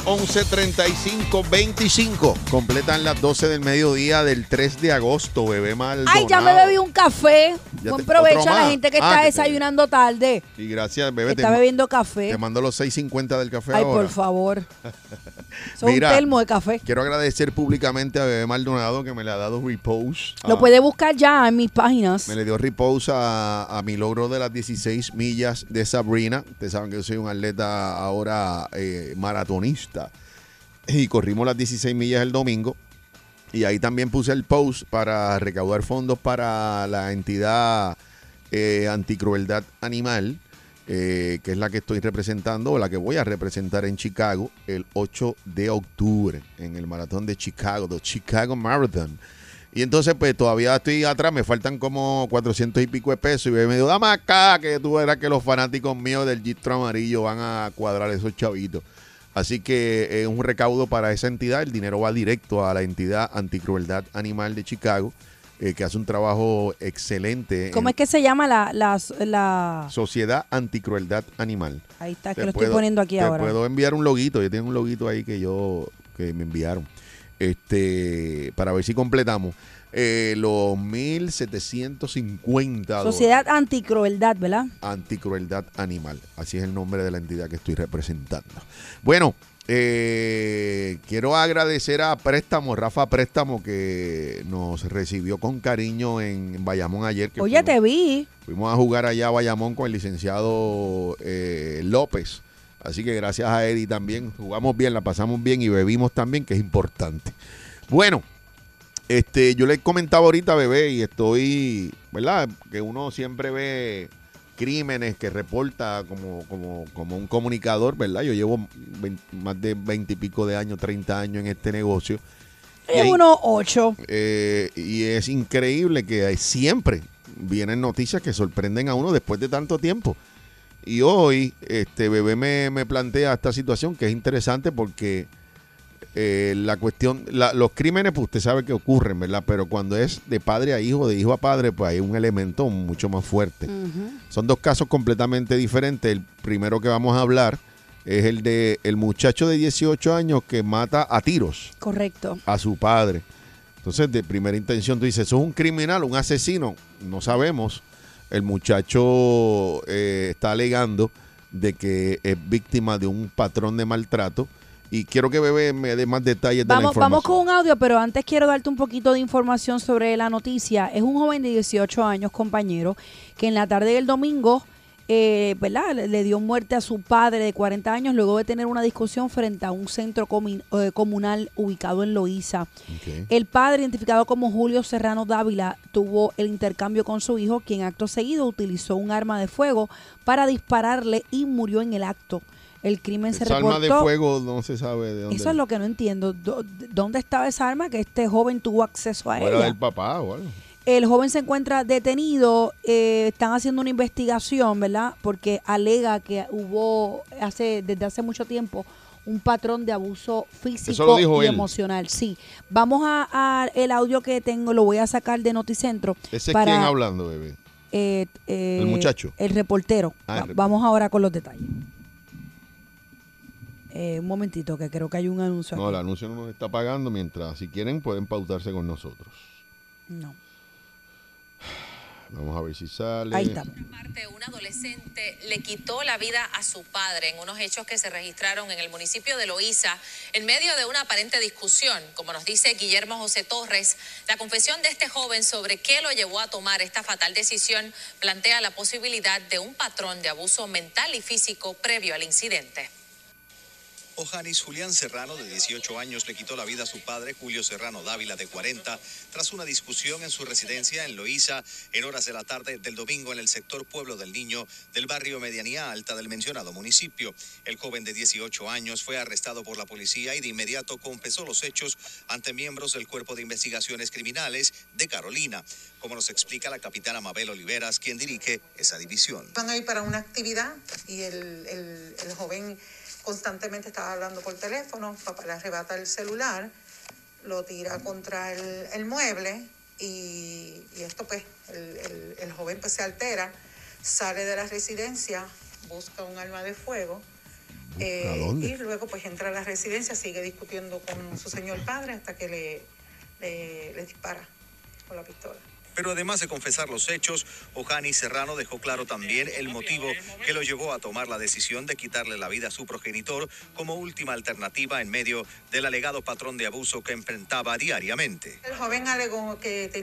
11:35:25. Completan las 12 del mediodía del 3 de agosto, Bebé Maldonado. Ay, ya me bebí un café. Buen provecho a la más. gente que está desayunando tarde. Y gracias, Bebé. Está bebiendo café. Te mando los 6.50 del café Ay, ahora. por favor. Son Mira, un termo de café. Quiero agradecer públicamente a Bebé Maldonado que me le ha dado repost. Lo puede buscar ya en mis páginas. Me le dio repost a mi logro de las 16 millas de Sabrina. Ustedes saben que yo soy un atleta ahora maratonista. Y corrimos las 16 millas el domingo. Y ahí también puse el post para recaudar fondos para la entidad Anticrueldad Animal, que es la que estoy representando o la que voy a representar en Chicago el 8 de octubre en el maratón de Chicago, the Chicago Marathon. Y entonces pues todavía estoy atrás, me faltan como 400 y pico de pesos y me dijo, dame acá, que tú verás que los fanáticos míos del Gistro Amarillo van a cuadrar esos chavitos. Así que es un recaudo para esa entidad, el dinero va directo a la entidad Anticrueldad Animal de Chicago, que hace un trabajo excelente. ¿Cómo es que se llama la Sociedad Anticrueldad Animal? Ahí está, que lo estoy poniendo aquí ahora. Te puedo enviar un loguito, yo tengo un loguito ahí que me enviaron, para ver si completamos los $1,750. Sociedad Anticrueldad, ¿verdad? Anticrueldad Animal, así es el nombre de la entidad que estoy representando. Bueno, quiero agradecer a Rafa Préstamo, que nos recibió con cariño en Bayamón ayer. Que Oye, te vi. Fuimos a jugar allá a Bayamón con el licenciado López. Así que gracias a Eddie también. Jugamos bien, la pasamos bien y bebimos también, que es importante. Bueno, yo les comentaba ahorita, Bebé, y estoy, ¿verdad? Que uno siempre ve crímenes que reporta como un comunicador, ¿verdad? Yo llevo más de 20 y pico de años, 30 años en este negocio. Es unos 8. Y es increíble que siempre vienen noticias que sorprenden a uno después de tanto tiempo. Y hoy, Bebé me plantea esta situación que es interesante porque la cuestión, los crímenes, pues usted sabe que ocurren, ¿verdad? Pero cuando es de padre a hijo, de hijo a padre, pues hay un elemento mucho más fuerte. Son dos casos completamente diferentes. El primero que vamos a hablar es el de el muchacho de 18 años que mata a tiros. Correcto. A su padre. Entonces, de primera intención, tú dices, ¿eso es un criminal, un asesino? No sabemos. El muchacho está alegando de que es víctima de un patrón de maltrato. Y quiero que Bebé me dé más detalles de la información. Vamos con un audio, pero antes quiero darte un poquito de información sobre la noticia. Es un joven de 18 años, compañero, que en la tarde del domingo, ¿verdad? Le dio muerte a su padre de 40 años luego de tener una discusión frente a un centro comunal ubicado en Loíza. Okay. El padre, identificado como Julio Serrano Dávila, tuvo el intercambio con su hijo, quien acto seguido utilizó un arma de fuego para dispararle y murió en el acto. El crimen se esa reportó. arma de fuego no se sabe de dónde. Eso es lo que no entiendo. ¿Dónde estaba esa arma que este joven tuvo acceso a ella? Era del papá o algo. El joven se encuentra detenido. Están haciendo una investigación, ¿verdad? Porque alega que hubo desde hace mucho tiempo un patrón de abuso físico y emocional. Sí. Vamos a el audio que tengo, lo voy a sacar de Noticentro. ¿Ese es quién hablando, bebé? El muchacho. El reportero. Vamos ahora con los detalles. Un momentito, que creo que hay un anuncio aquí. No, el anuncio no nos está pagando, mientras si quieren pueden pautarse con nosotros. No. Vamos a ver si sale. Ahí está. Un adolescente le quitó la vida a su padre en unos hechos que se registraron en el municipio de Loíza en medio de una aparente discusión. Como nos dice Guillermo José Torres, la confesión de este joven sobre qué lo llevó a tomar esta fatal decisión plantea la posibilidad de un patrón de abuso mental y físico previo al incidente. Ojanis Julián Serrano, de 18 años, le quitó la vida a su padre, Julio Serrano Dávila, de 40, tras una discusión en su residencia en Loíza en horas de la tarde del domingo en el sector Pueblo del Niño del barrio Medianía Alta del mencionado municipio. El joven de 18 años fue arrestado por la policía y de inmediato confesó los hechos ante miembros del Cuerpo de Investigaciones Criminales de Carolina, como nos explica la capitana Mabel Oliveras, quien dirige esa división. Van a ir para una actividad y el joven constantemente estaba hablando por teléfono, papá le arrebata el celular, lo tira contra el mueble y esto pues, el joven pues se altera, sale de la residencia, busca un arma de fuego y luego pues entra a la residencia, sigue discutiendo con su señor padre hasta que le dispara con la pistola. Pero además de confesar los hechos, Ojanis Serrano dejó claro también el motivo que lo llevó a tomar la decisión de quitarle la vida a su progenitor como última alternativa en medio del alegado patrón de abuso que enfrentaba diariamente. El joven alegó que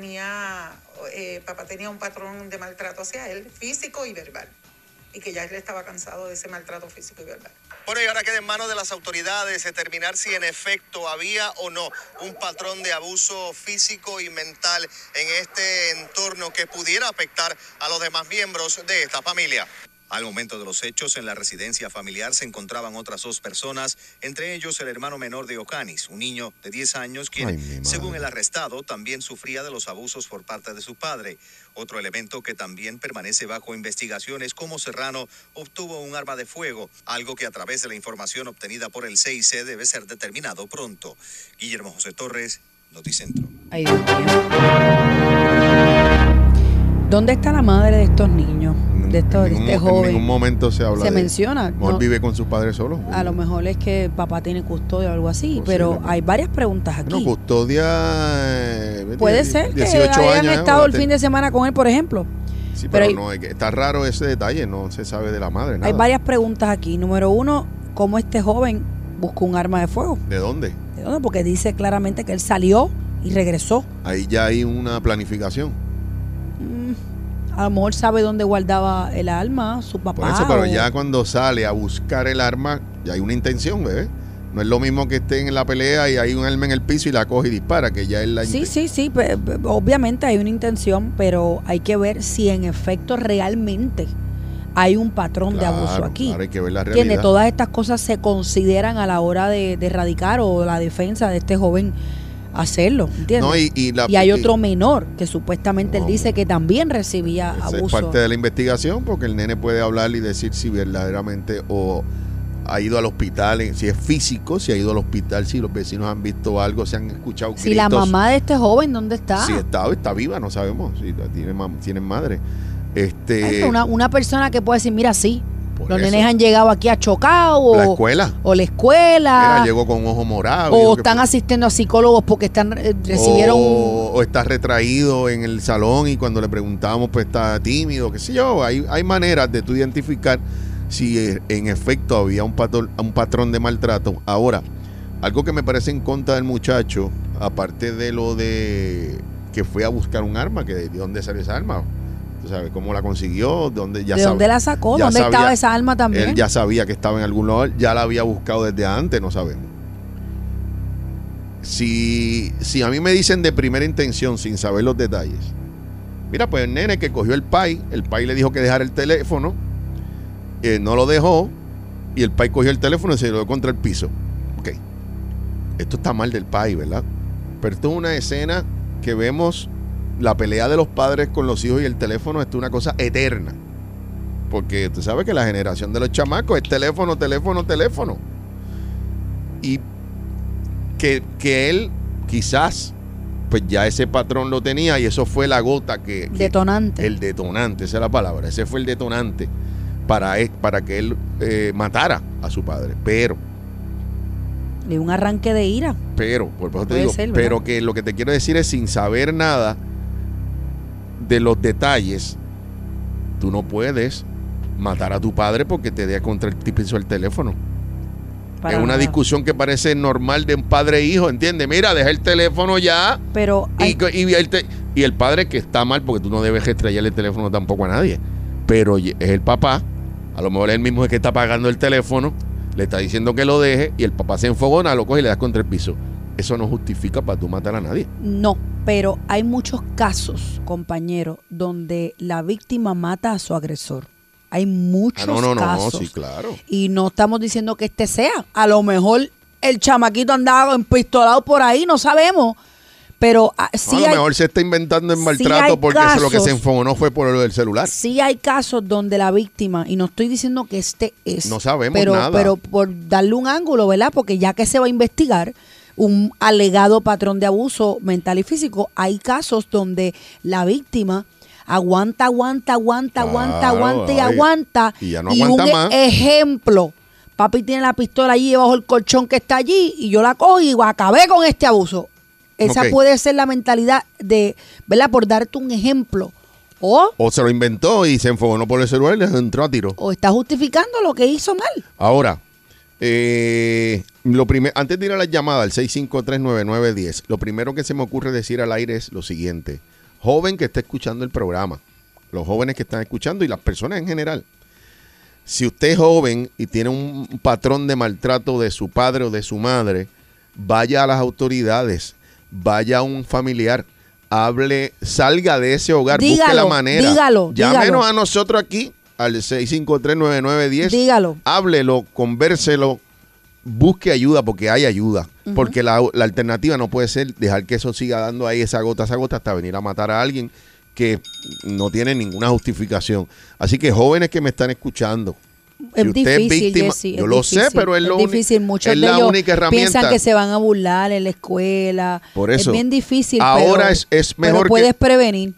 papá tenía un patrón de maltrato hacia él, físico y verbal, y que ya él estaba cansado de ese maltrato físico y verbal. Bueno, y ahora queda en manos de las autoridades determinar si en efecto había o no un patrón de abuso físico y mental en este entorno que pudiera afectar a los demás miembros de esta familia. Al momento de los hechos, en la residencia familiar se encontraban otras 2 personas, entre ellos el hermano menor de Ojanis, un niño de 10 años, quien, según el arrestado, también sufría de los abusos por parte de su padre. Otro elemento que también permanece bajo investigación es cómo Serrano obtuvo un arma de fuego, algo que a través de la información obtenida por el CIC debe ser determinado pronto. Guillermo José Torres, Noticentro. Ay, Dios mío. ¿Dónde está la madre de estos niños? De este joven. En ningún momento se habla se menciona. No, vive con sus padres solo. A lo mejor es que papá tiene custodia o algo así, pero hay varias preguntas aquí. No, custodia. Puede ser que hayan estado el fin de semana con él, por ejemplo. Sí, pero no, está raro ese detalle, no se sabe de la madre. Nada. Hay varias preguntas aquí. Número 1, ¿cómo este joven buscó un arma de fuego? ¿De dónde? ¿De dónde? Porque dice claramente que él salió y regresó. Ahí ya hay una planificación. A lo mejor sabe dónde guardaba el arma, su papá. Por eso, pero ya cuando sale a buscar el arma, ya hay una intención, bebé. No es lo mismo que estén en la pelea y hay un arma en el piso y la coge y dispara, que ya es la intención. Sí, obviamente hay una intención, pero hay que ver si en efecto realmente hay un patrón de abuso aquí. Claro, hay que ver la realidad. Que todas estas cosas se consideran a la hora de erradicar o la defensa de este joven hacerlo, ¿entiendes? No, y hay otro menor que supuestamente él dice que también recibía abuso. Es parte de la investigación, porque el nene puede hablar y decir si verdaderamente o ha ido al hospital, si es físico, si ha ido al hospital, si los vecinos han visto algo, si han escuchado gritos. Si la mamá de este joven, ¿dónde está? Si está viva, no sabemos. Si tienen madre. Una persona que puede decir, mira, sí, los nenes han llegado aquí a chocar o la escuela. Mira, llegó con ojo morado. O están asistiendo a psicólogos porque recibieron o está retraído en el salón y cuando le preguntamos pues está tímido, qué sé yo. Hay maneras de tú identificar si en efecto había un patrón de maltrato. Ahora, algo que me parece en contra del muchacho, aparte de lo de que fue a buscar un arma, que de dónde salió esa arma. ¿Tú sabes cómo la consiguió? ¿De dónde la sacó? ¿Dónde estaba esa arma también? Él ya sabía que estaba en algún lugar, ya la había buscado desde antes, no sabemos. Si a mí me dicen de primera intención, sin saber los detalles, mira, pues el nene que cogió el pai le dijo que dejara el teléfono, no lo dejó, y el pai cogió el teléfono y se lo dio contra el piso. Ok, esto está mal del pai, ¿verdad? Pero esto es una escena que vemos, la pelea de los padres con los hijos y el teléfono, esto es una cosa eterna. Porque tú sabes que la generación de los chamacos es teléfono, teléfono, teléfono. Y que él quizás, pues ya ese patrón lo tenía y eso fue la gota que detonante. El detonante, esa es la palabra. Ese fue el detonante para que él matara a su padre. Pero de un arranque de ira. Pero, por eso te digo, pero que lo que te quiero decir es, sin saber nada de los detalles, tú no puedes matar a tu padre porque te dé contra el piso el teléfono. Es una discusión que parece normal de un padre e hijo, ¿entiendes? Mira, deja el teléfono ya. Pero y el padre, que está mal, porque tú no debes estrellarle el teléfono tampoco a nadie. Pero es el papá, a lo mejor él mismo es que está pagando el teléfono, le está diciendo que lo deje y el papá se enfogona, lo coge y le das contra el piso. Eso no justifica para tú matar a nadie. No, pero hay muchos casos, compañero, donde la víctima mata a su agresor. Hay muchos casos. No, sí, claro. Y no estamos diciendo que este sea. A lo mejor el chamaquito andaba empistolado por ahí, no sabemos. Pero sí a lo mejor se está inventando el maltrato porque casos, lo que se enfogonó fue por lo del celular. Sí hay casos donde la víctima, y no estoy diciendo que este es. No sabemos nada. Pero por darle un ángulo, ¿verdad? Porque ya que se va a investigar un alegado patrón de abuso mental y físico, hay casos donde la víctima aguanta y ya no aguanta más. Ejemplo, papi tiene la pistola allí debajo del colchón que está allí y yo la cojo y acabé con este abuso. Esa puede ser la mentalidad de, ¿verdad? Por darte un ejemplo. O se lo inventó y se enfogonó por el celular y le entró a tiro. O está justificando lo que hizo mal. Ahora, antes de ir a la llamada al 6539910, lo primero que se me ocurre decir al aire es lo siguiente. Joven que está escuchando el programa, los jóvenes que están escuchando y las personas en general. Si usted es joven y tiene un patrón de maltrato de su padre o de su madre, vaya a las autoridades, vaya a un familiar, hable, salga de ese hogar, busque la manera. Llámenos a nosotros aquí al 6539910. Dígalo. Háblelo, convérselo, busque ayuda porque hay ayuda. Porque la alternativa no puede ser dejar que eso siga dando ahí esa gota hasta venir a matar a alguien que no tiene ninguna justificación. Así que jóvenes que me están escuchando, es si usted difícil, es víctima, Jessy, yo lo sé, pero es difícil. Muchos es de la ellos única herramienta. Piensan que se van a burlar en la escuela. Por eso, es bien difícil. Ahora es mejor pero puedes que prevenir.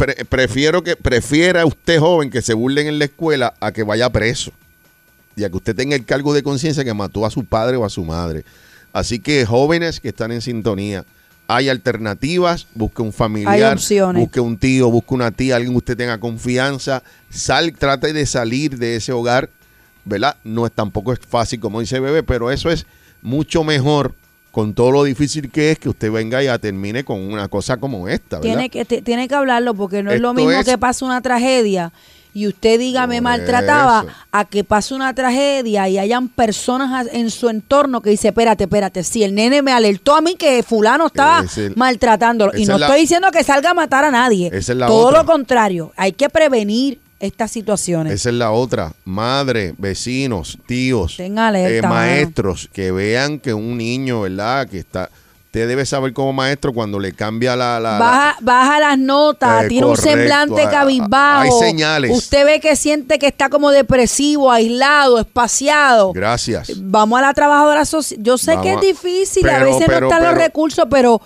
Prefiera usted, joven, que se burlen en la escuela a que vaya preso. Y a que usted tenga el cargo de conciencia que mató a su padre o a su madre. Así que jóvenes que están en sintonía, hay alternativas, busque un familiar, busque un tío, busque una tía, alguien que usted tenga confianza, trate de salir de ese hogar, ¿verdad? Tampoco es fácil como dice Bebé, pero eso es mucho mejor con todo lo difícil que es que usted venga y termine con una cosa como esta, ¿verdad? Tiene que hablarlo porque no es lo mismo que pase una tragedia y usted diga me maltrataba a que pase una tragedia y hayan personas en su entorno que dice espérate, si el nene me alertó a mí que fulano estaba maltratándolo y no estoy diciendo que salga a matar a nadie, todo lo contrario, hay que prevenir estas situaciones. Esa es la otra. Madre, vecinos, tíos, alerta, maestros, que vean que un niño, ¿verdad? Que está... Usted debe saber como maestro cuando le cambia baja las notas, tiene un semblante cabizbajo. Hay señales. Usted ve que siente que está como depresivo, aislado, espaciado. Gracias. Vamos a la trabajadora social. Yo sé que es difícil, a veces no están los recursos, pero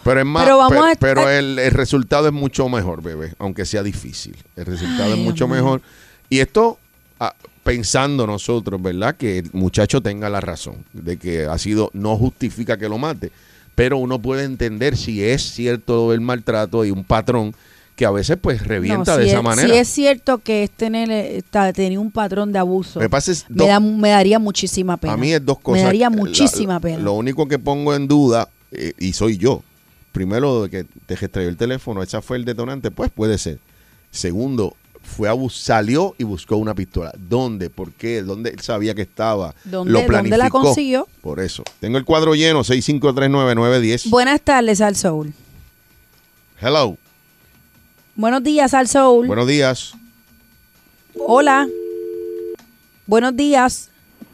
el resultado es mucho mejor, Bebé, aunque sea difícil. El resultado es mucho mejor. Y esto, pensando nosotros, ¿verdad? Que el muchacho tenga la razón de que no justifica que lo mate. Pero uno puede entender si es cierto el maltrato y un patrón que a veces pues revienta de esa manera. Si es cierto que tenía un patrón de abuso, me daría muchísima pena. A mí es dos cosas. Me daría muchísima pena. Lo único que pongo en duda, y soy yo, primero que te extrayó el teléfono, esa fue el detonante, pues puede ser. Segundo, salió y buscó una pistola. ¿Dónde? ¿Por qué? ¿Dónde él sabía que estaba? Lo planificó. ¿Dónde la consiguió? Por eso. Tengo el cuadro lleno, 6539910. Buenas tardes, Al Soul. Hello. Buenos días, Al Soul. Buenos días. Hola. Buenos días.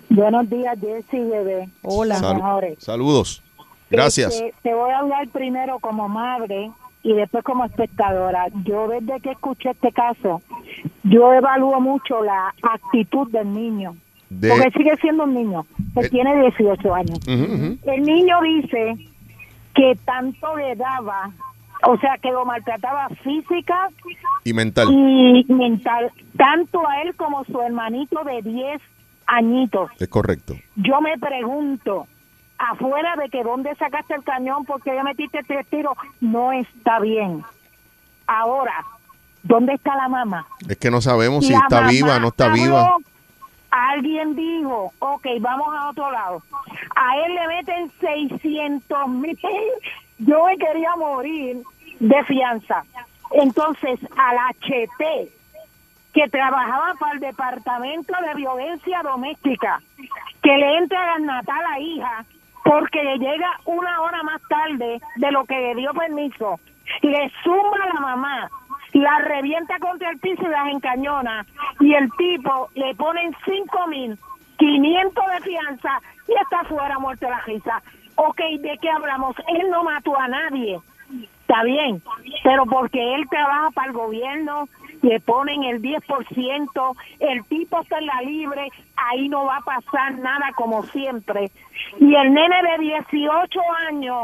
Buenos días, Jessy, bebé. Hola. Saludos. Gracias. Te voy a hablar primero como madre y después como espectadora. Yo desde que escuché este caso, yo evalúo mucho la actitud del niño. Porque sigue siendo un niño, que tiene 18 años. El niño dice que tanto le daba, o sea, que lo maltrataba física y mental, tanto a él como su hermanito de 10 añitos. Es correcto. Yo me pregunto, afuera de que dónde sacaste el cañón porque ya metiste 3 tiros, no está bien. Ahora, ¿dónde está la mamá? Es que no sabemos si está viva, no está viva. Alguien dijo, ok, vamos a otro lado. A él le meten 600,000. Yo me quería morir de fianza. Entonces, al HP, que trabajaba para el Departamento de Violencia Doméstica, que le entra a natal a la hija, porque le llega 1 hora más tarde de lo que le dio permiso, le zumba a la mamá, la revienta contra el piso y las encañona, y el tipo le ponen 5,500 de fianza y está fuera muerto de la risa. Ok, ¿de qué hablamos? Él no mató a nadie, está bien, pero porque él trabaja para el gobierno, le ponen el 10%, el tipo está en la libre, ahí no va a pasar nada como siempre. Y el nene de 18 años,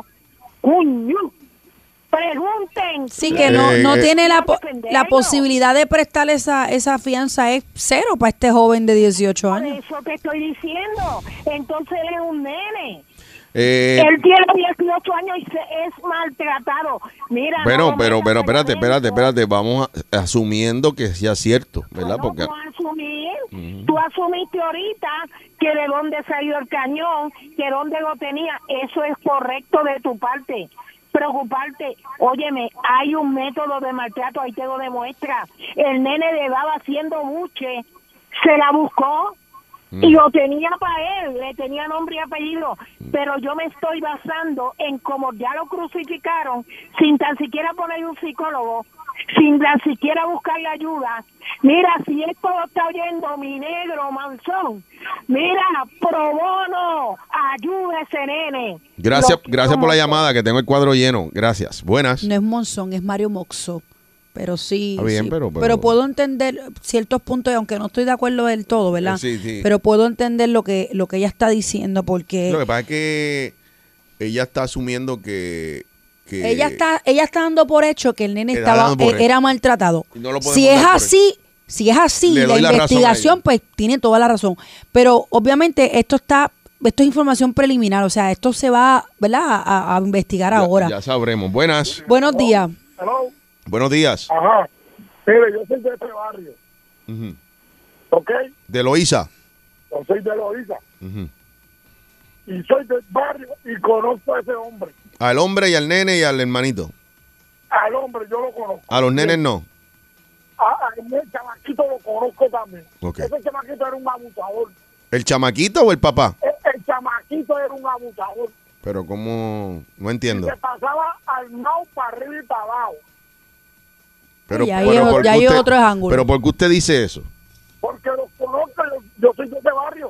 pregunten. Sí, que no tiene la posibilidad de prestar esa fianza, es cero para este joven de 18 años. Por eso te estoy diciendo, entonces él es un nene. Él tiene 18 años y es maltratado. Mira. Bueno, pero espérate. Vamos asumiendo que sea cierto, ¿verdad? Porque vamos a asumir. Tú asumiste ahorita que de dónde salió el cañón, que dónde lo tenía. Eso es correcto de tu parte. Preocuparte, óyeme, hay un método de maltrato, ahí te lo demuestra. El nene le daba haciendo buche, se la buscó. Y lo tenía para él, le tenía nombre y apellido, pero yo me estoy basando en cómo ya lo crucificaron, sin tan siquiera poner un psicólogo, sin tan siquiera buscarle ayuda. Mira, si esto lo está oyendo mi negro Manzón, mira, pro bono, ayuda a ese nene. Gracias por la llamada, que tengo el cuadro lleno. Gracias. Buenas. No es Monzón, es Mario Moxo. Pero sí, bien, sí. Pero puedo entender ciertos puntos, aunque no estoy de acuerdo del todo, ¿verdad? Sí. Pero puedo entender lo que ella está diciendo, porque lo que pasa es que ella está asumiendo que ella está dando por hecho que el nene era maltratado. No si es así, la investigación pues tiene toda la razón. Pero obviamente esto es información preliminar, o sea, esto se va, ¿verdad? A investigar ahora. Ya sabremos. Buenas. Buenos días. Hello. Buenos días. Ajá. Mire, yo soy de este barrio. ¿Ok? De Loíza. Yo soy de Loíza. Y soy del barrio y conozco a ese hombre. Al hombre y al nene y al hermanito. Al hombre yo lo conozco. A los nenes no. El chamaquito lo conozco también. Okay. Ese chamaquito era un abusador. ¿El chamaquito o el papá? El chamaquito era un abusador. Pero ¿cómo? No entiendo. Y se pasaba armado para arriba y para abajo. Pero, ya hay otro ángulo. Pero ¿por qué usted dice eso? Porque los conozco, yo soy de ese barrio.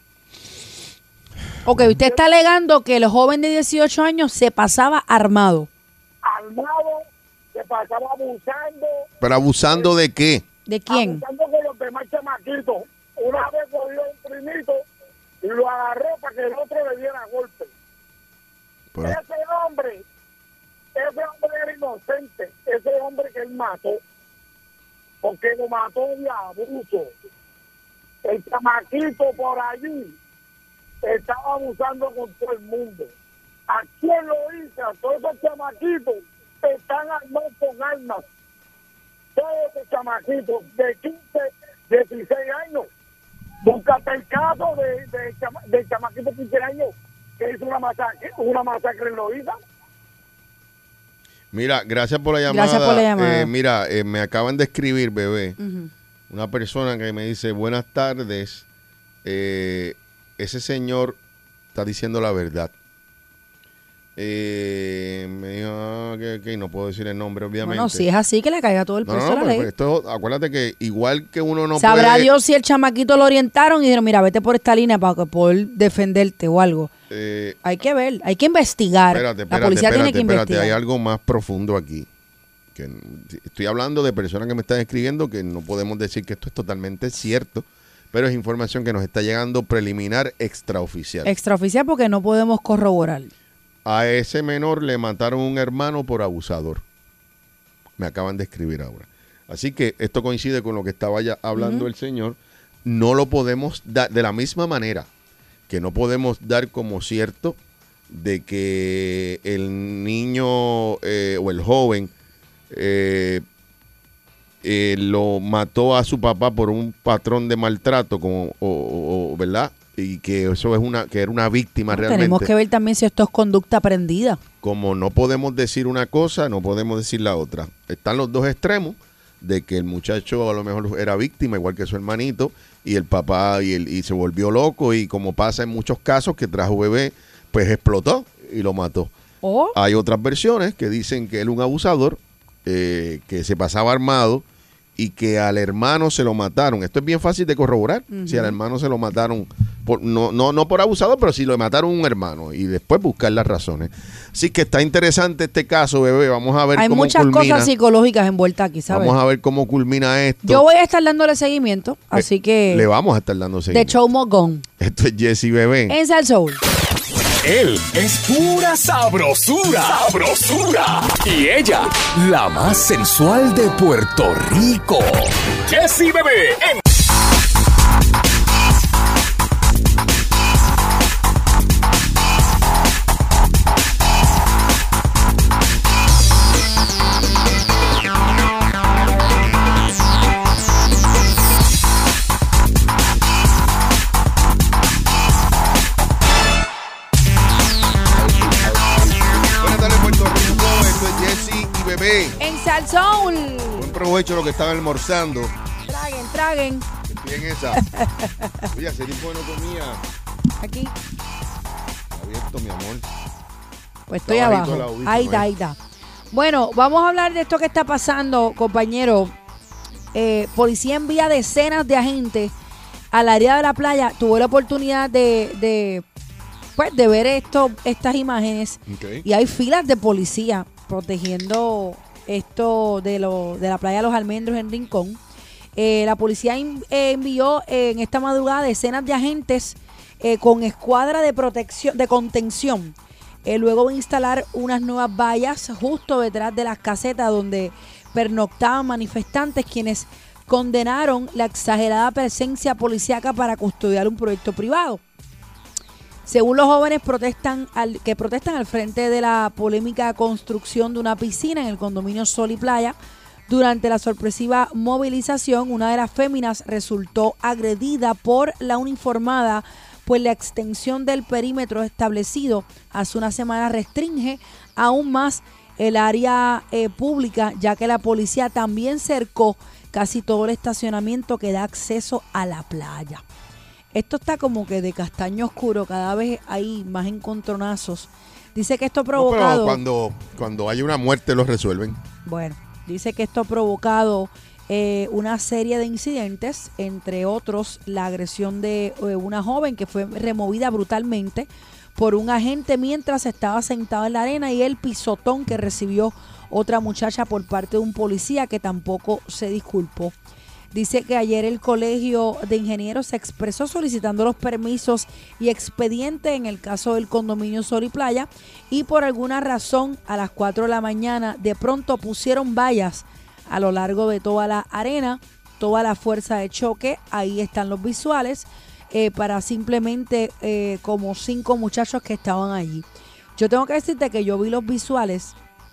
Ok, usted está alegando que el joven de 18 años se pasaba armado. Armado, se pasaba abusando. ¿Pero abusando de qué? ¿De quién? Abusando con los demás chamaquitos. Una vez cogió un primito y lo agarró para que el otro le diera golpe. Pero Ese hombre era inocente, ese hombre que él mató, porque lo mató de abuso. El chamaquito por allí estaba abusando con todo el mundo. Aquí en Loíza, todos esos chamaquitos están armados con armas. Todos esos chamaquitos de 15, 16 años. Búscate el caso del chamaquito de 15 años que hizo una masacre en Loíza. Mira, gracias por la llamada. Mira, me acaban de escribir, bebé, una persona que me dice, buenas tardes, ese señor está diciendo la verdad. Me dijo que no puedo decir el nombre, obviamente. Bueno, si es así, que le caiga todo el peso de la ley. Esto, acuérdate que igual que uno no Sabrá puede... Dios si el chamaquito lo orientaron y dijeron, mira, vete por esta línea para poder defenderte o algo. Hay que ver, hay que investigar. La policía tiene que investigar. Hay algo más profundo aquí. Que estoy hablando de personas que me están escribiendo que no podemos decir que esto es totalmente cierto, pero es información que nos está llegando preliminar extraoficial. Extraoficial porque no podemos corroborar. A ese menor le mataron un hermano por abusador. Me acaban de escribir ahora. Así que esto coincide con lo que estaba ya hablando el señor. No lo podemos dar de la misma manera que no podemos dar como cierto de que el niño o el joven lo mató a su papá por un patrón de maltrato, ¿verdad? Y que eso es que era una víctima realmente. Tenemos que ver también si esto es conducta aprendida. Como no podemos decir una cosa, no podemos decir la otra. Están los dos extremos de que el muchacho a lo mejor era víctima, igual que su hermanito, y el papá y se volvió loco, y como pasa en muchos casos, que trajo bebé, pues explotó y lo mató. Hay otras versiones que dicen que él es un abusador, que se pasaba armado, y que al hermano se lo mataron. Esto es bien fácil de corroborar. Si al hermano se lo mataron, no por abusador, pero si lo mataron un hermano, y después buscar las razones. Así que está interesante este caso, bebé. Vamos a ver cómo culmina. Hay muchas cosas psicológicas envueltas aquí, ¿sabes? Vamos a ver cómo culmina esto. Yo voy a estar dándole seguimiento, así que... Le vamos a estar dando seguimiento. De show mogón. Esto es Jessy Bebé. En Sal Soul. Él es pura sabrosura. Sabrosura. Y ella, la más sensual de Puerto Rico. Jessy Bebé en... En Sal Soul. Buen provecho lo que están almorzando. Traguen. Bien esa. Oye, hace tiempo no comía. Aquí. Abierto, mi amor. Pues estoy abajo. Ahí está. Bueno, vamos a hablar de esto que está pasando, compañero. Policía envía decenas de agentes al área de la playa. Tuve la oportunidad de ver estas imágenes. Okay. Y hay filas de policía protegiendo esto de la playa de los Almendros en Rincón. La policía envió en esta madrugada decenas de agentes con escuadra de protección, de contención. Luego de instalar unas nuevas vallas justo detrás de las casetas donde pernoctaban manifestantes, quienes condenaron la exagerada presencia policíaca para custodiar un proyecto privado. Según los jóvenes que protestan al frente de la polémica construcción de una piscina en el condominio Sol y Playa, durante la sorpresiva movilización, una de las féminas resultó agredida por la uniformada, pues la extensión del perímetro establecido hace una semana restringe aún más el área pública, ya que la policía también cercó casi todo el estacionamiento que da acceso a la playa. Esto está como que de castaño oscuro, cada vez hay más encontronazos. Dice que esto ha provocado... pero cuando hay una muerte lo resuelven. Bueno, dice que esto ha provocado una serie de incidentes, entre otros la agresión de una joven que fue removida brutalmente por un agente mientras estaba sentado en la arena, y el pisotón que recibió otra muchacha por parte de un policía que tampoco se disculpó. Dice que ayer el Colegio de Ingenieros se expresó solicitando los permisos y expedientes en el caso del condominio Sol y Playa, y por alguna razón a las 4 de la mañana de pronto pusieron vallas a lo largo de toda la arena, toda la fuerza de choque. Ahí están los visuales para simplemente como 5 muchachos que estaban allí. Yo tengo que decirte que yo vi los visuales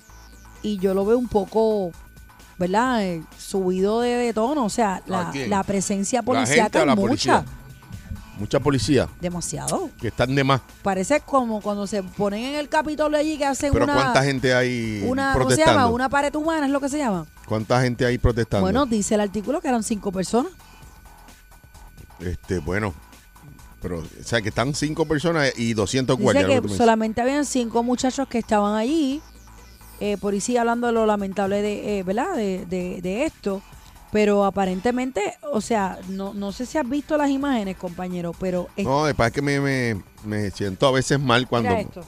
y yo lo veo un poco... ¿verdad? Subido de tono, o sea, la presencia policíaca es mucha. Mucha policía. Demasiado. Que están de más. Parece como cuando se ponen en el Capitolio allí que hacen Pero ¿cuánta gente hay protestando? ¿Cómo se llama? Una pared humana es lo que se llama. ¿Cuánta gente hay protestando? Bueno, dice el artículo que eran 5 personas. Bueno, Pero, o sea, que están 5 personas y 200 Dice guardias. que solamente habían 5 muchachos que estaban allí. Por ahí sigue hablando de lo lamentable de, ¿verdad? De esto. Pero aparentemente, o sea, no sé si has visto las imágenes, compañero, pero... No, es que me siento a veces mal cuando... Mira esto.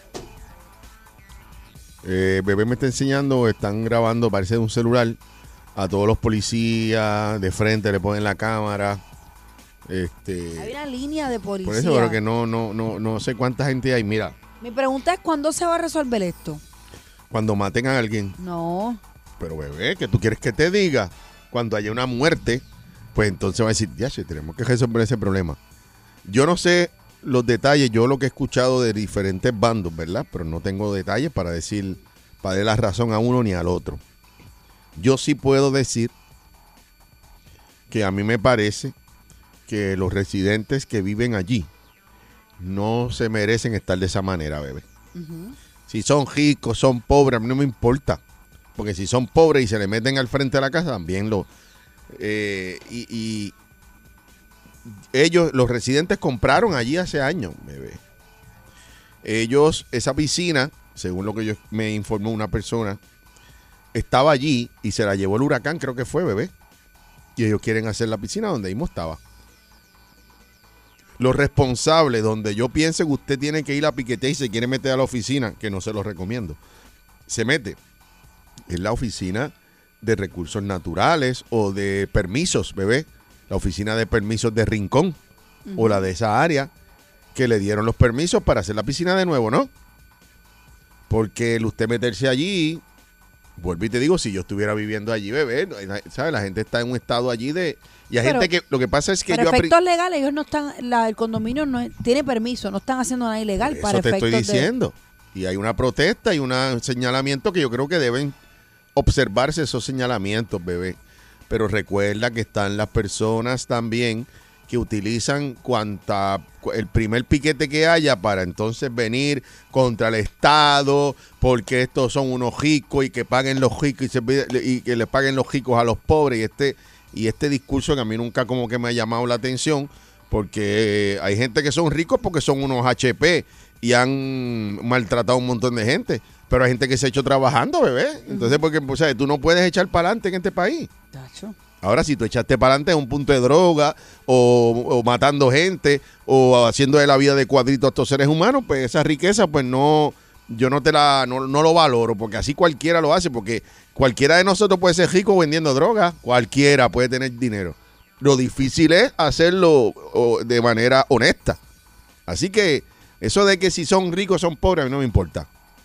Bebé me está enseñando, están grabando, parece de un celular, a todos los policías de frente, le ponen la cámara. Hay una línea de policía. Por eso creo que no sé cuánta gente hay. Mira, Mi pregunta es, ¿cuándo se va a resolver esto? cuando maten a alguien. No. Pero bebé, ¿qué tú quieres que te diga? Cuando haya una muerte, pues entonces va a decir, ya, tenemos que resolver ese problema. Yo no sé los detalles, yo lo que he escuchado de diferentes bandos, ¿verdad? Pero no tengo detalles para decir, para darle la razón a uno ni al otro. Yo sí puedo decir que a mí me parece que los residentes que viven allí no se merecen estar de esa manera, bebé. Si son ricos, son pobres, a mí no me importa. Porque si son pobres y se le meten al frente de la casa, también lo... y ellos, los residentes, compraron allí hace años, bebé. Ellos, esa piscina, según lo que me informó una persona, estaba allí y se la llevó el huracán, creo que fue, bebé. Y ellos quieren hacer la piscina donde mismo estaba. Los responsables, donde yo piense que usted tiene que ir a piquetear y se quiere meter a la oficina, que no se lo recomiendo, se mete en la oficina de recursos naturales o de permisos, bebé. La oficina de permisos de Rincón o la de esa área que le dieron los permisos para hacer la piscina de nuevo, ¿no? Porque el usted meterse allí, vuelvo y te digo, si yo estuviera viviendo allí, bebé, ¿sabes? La gente está en un estado allí de... Y hay gente que lo que pasa es que para efectos legales, ellos no están, el condominio no tiene permiso, no están haciendo nada ilegal. Eso para te efectos estoy diciendo. Y hay una protesta y un señalamiento que yo creo que deben observarse esos señalamientos, bebé. Pero recuerda que están las personas también que utilizan el primer piquete que haya para entonces venir contra el Estado, porque estos son unos ricos y que paguen los ricos y que le paguen los ricos a los pobres. Y este discurso que a mí nunca como que me ha llamado la atención, porque hay gente que son ricos porque son unos HP y han maltratado a un montón de gente. Pero hay gente que se ha hecho trabajando, bebé. Entonces, porque o sea, tú no puedes echar para adelante en este país. Tacho. Ahora, si tú echaste para adelante en un punto de droga o matando gente o haciendo de la vida de cuadrito a estos seres humanos, pues esa riqueza, pues no, yo no lo valoro, porque así cualquiera lo hace, porque cualquiera de nosotros puede ser rico vendiendo droga, cualquiera puede tener dinero. Lo difícil es hacerlo de manera honesta. Así que eso de que si son ricos son pobres, a mí no me importa.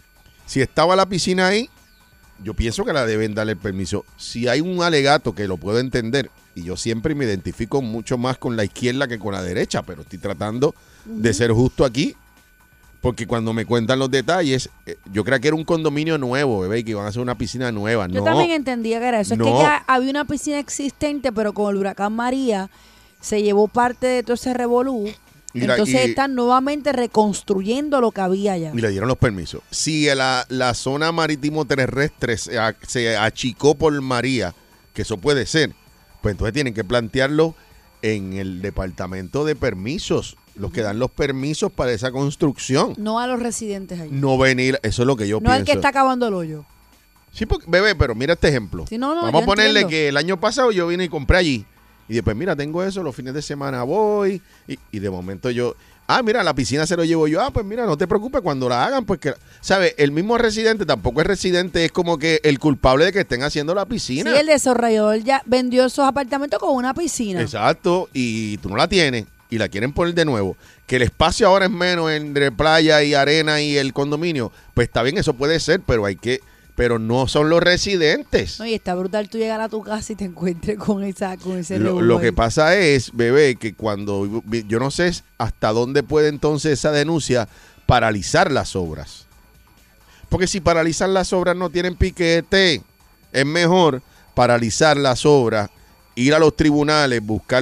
Si estaba la piscina ahí, yo pienso que la deben darle el permiso. Si hay un alegato que lo puedo entender, y yo siempre me identifico mucho más con la izquierda que con la derecha, pero estoy tratando de ser justo aquí, porque cuando me cuentan los detalles, yo creía que era un condominio nuevo, bebé, y que iban a hacer una piscina nueva. Yo también entendía que era eso. No. Es que ya había una piscina existente, pero con el huracán María se llevó parte de todo ese revolú. Entonces están nuevamente reconstruyendo lo que había allá. Y le dieron los permisos. Si la zona marítimo terrestre se achicó por María, que eso puede ser, pues entonces tienen que plantearlo en el departamento de permisos, los que dan los permisos para esa construcción. No a los residentes allí. No venir, eso es lo que yo pienso. No el que está acabando el hoyo. Sí, porque, bebé, pero mira este ejemplo. Sí, no, vamos a ponerle entiendo. que el año pasado yo vine y compré allí. Y después, mira, tengo eso, los fines de semana voy. Y de momento yo, mira, la piscina se lo llevo yo. Pues mira, no te preocupes, cuando la hagan, pues que, ¿sabes? El mismo residente tampoco es residente, es como que el culpable de que estén haciendo la piscina. Sí, el desarrollador ya vendió esos apartamentos con una piscina. Exacto, y tú no la tienes y la quieren poner de nuevo. Que el espacio ahora es menos entre playa y arena y el condominio, pues está bien, eso puede ser, pero no son los residentes. No, y está brutal tú llegar a tu casa y te encuentres con ese lo que pasa es, bebé, que cuando yo no sé hasta dónde puede entonces esa denuncia paralizar las obras. Porque si paralizan las obras no tienen piquete, es mejor paralizar las obras, ir a los tribunales,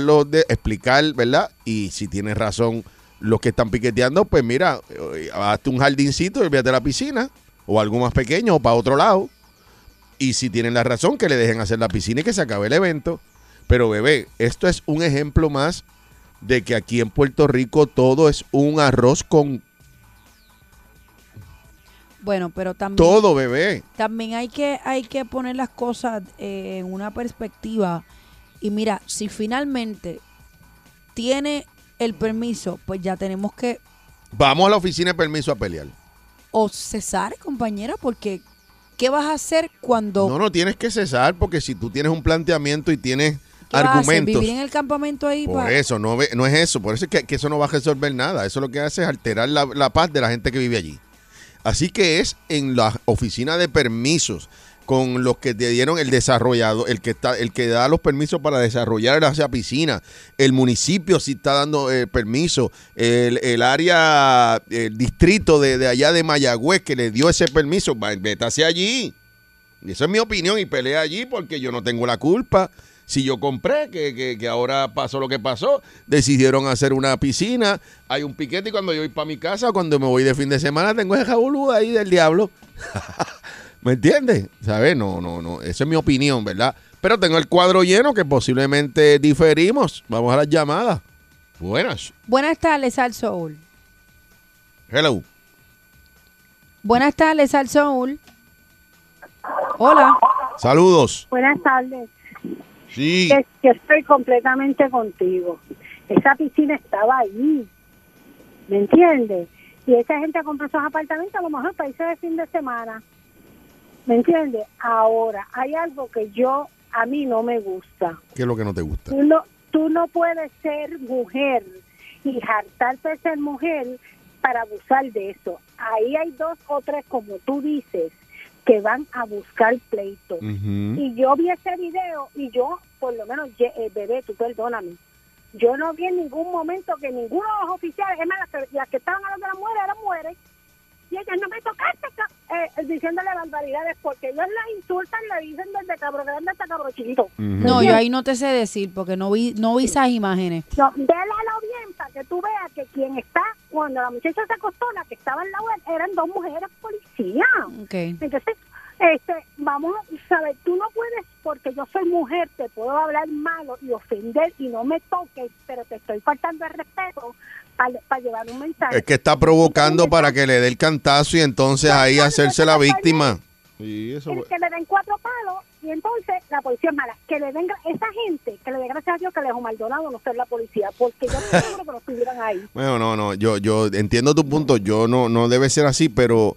explicar, ¿verdad? Y si tienes razón los que están piqueteando, pues mira, hazte un jardincito y olvídate de la piscina. O algo más pequeño, o para otro lado. Y si tienen la razón, que le dejen hacer la piscina y que se acabe el evento. Pero, bebé, esto es un ejemplo más de que aquí en Puerto Rico todo es un arroz con Bueno, pero también todo, bebé. También hay que poner las cosas en una perspectiva. Y mira, si finalmente tiene el permiso, pues ya tenemos que Vamos a la oficina de permiso a pelear. o cesar, compañera, porque ¿qué vas a hacer cuando No tienes que cesar, porque si tú tienes un planteamiento y tienes ¿qué vas a hacer? argumentos. ¿Vivir en el campamento ahí? Por eso, no es eso. Por eso es que eso no va a resolver nada. Eso lo que hace es alterar la paz de la gente que vive allí. Así que es en la oficina de permisos con los que te dieron el desarrollado, el que da los permisos para desarrollar esa piscina, el municipio sí está dando permiso, el área, el distrito de allá de Mayagüez que le dio ese permiso, vete hacia allí. Y esa es mi opinión y pelea allí porque yo no tengo la culpa. Si yo compré, que ahora pasó lo que pasó, decidieron hacer una piscina, hay un piquete y cuando yo voy para mi casa, cuando me voy de fin de semana, tengo ese jabulú ahí del diablo. ¿Me entiendes? ¿Sabes? No. Esa es mi opinión, ¿verdad? Pero tengo el cuadro lleno que posiblemente diferimos. Vamos a las llamadas. Buenas. Buenas tardes, Al Soul. Hello. Buenas tardes, Al Soul. Hola. Saludos. Buenas tardes. Sí. Yo estoy completamente contigo. Esa piscina estaba ahí, ¿me entiendes? Y esa gente compró esos apartamentos a lo mejor para irse de fin de semana, ¿me entiendes? Ahora, hay algo que a mí no me gusta. ¿Qué es lo que no te gusta? Tú no puedes ser mujer y hartarte de ser mujer para abusar de eso. Ahí hay 2 o 3, como tú dices, que van a buscar pleito. Y yo vi ese video y yo, por lo menos, bebé, tú perdóname, yo no vi en ningún momento que ninguno de los oficiales, es más, las que estaban hablando de las mujeres eran mujeres, y ellas no me tocaste diciéndole barbaridades, porque ellos las insultan, le dicen desde cabro grande hasta cabro chiquito. No, yo ahí no te sé decir, porque no vi esas imágenes. No, vélalo bien para que tú veas que quien está, cuando la muchacha se acostó, la que estaba en la web, eran 2 mujeres policías. Okay. Entonces, vamos a saber, tú no puedes, porque yo soy mujer, te puedo hablar malo y ofender y no me toques, pero te estoy faltando el respeto para llevar un mensaje. Es que está provocando para que le dé el cantazo y entonces ahí hacerse la víctima. Y eso que le den 4 palos y entonces la policía es mala. Que le den esa gente, que le dé gracias a Dios que Alejo Maldonado no sea la policía, porque yo estoy seguro que no estuvieran ahí. Bueno, no, yo entiendo tu punto, yo no debe ser así, pero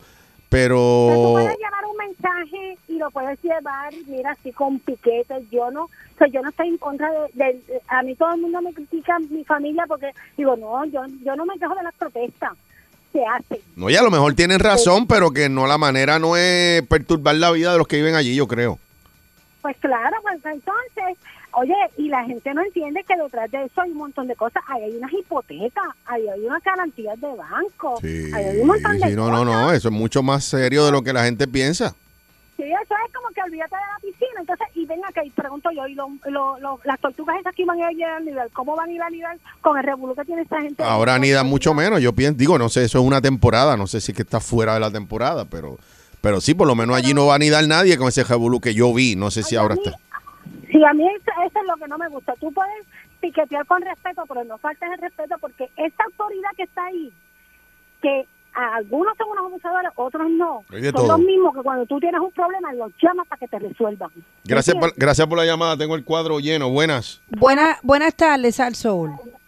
tú puedes llevar un mensaje y lo puedes llevar, mira, así con piquetes. Yo no estoy en contra de a mí todo el mundo me critica, mi familia, porque digo, no, yo no me quejo de las protestas, se hacen. No, y a lo mejor tienen razón, pero que no, la manera no es perturbar la vida de los que viven allí, yo creo. Pues claro, pues entonces, oye, y la gente no entiende que detrás de eso hay un montón de cosas. Ahí hay unas hipotecas, ahí hay unas garantías de banco, Sí, ahí hay un montón de cosas. no, eso es mucho más serio de lo que la gente piensa. Sí, eso es como que olvídate de la piscina. Entonces, y venga que pregunto yo, y las tortugas esas que van a ir al nivel, ¿cómo van a ir a nivel con el revolú que tiene esta gente? Ahora anidan mucho menos, yo digo, no sé, eso es una temporada, no sé si es que está fuera de la temporada, pero sí, por lo menos allí no va a anidar nadie con ese revolú que yo vi, no sé si ahora está. Sí, a mí eso es lo que no me gusta. Tú puedes piquetear con respeto, pero no faltes el respeto, porque esa autoridad que está ahí, que algunos son unos abusadores, otros no, son todo. los mismos que cuando tú tienes un problema los llamas para que te resuelvan. Gracias por la llamada, tengo el cuadro lleno, buenas. Buenas tardes, Al Soul.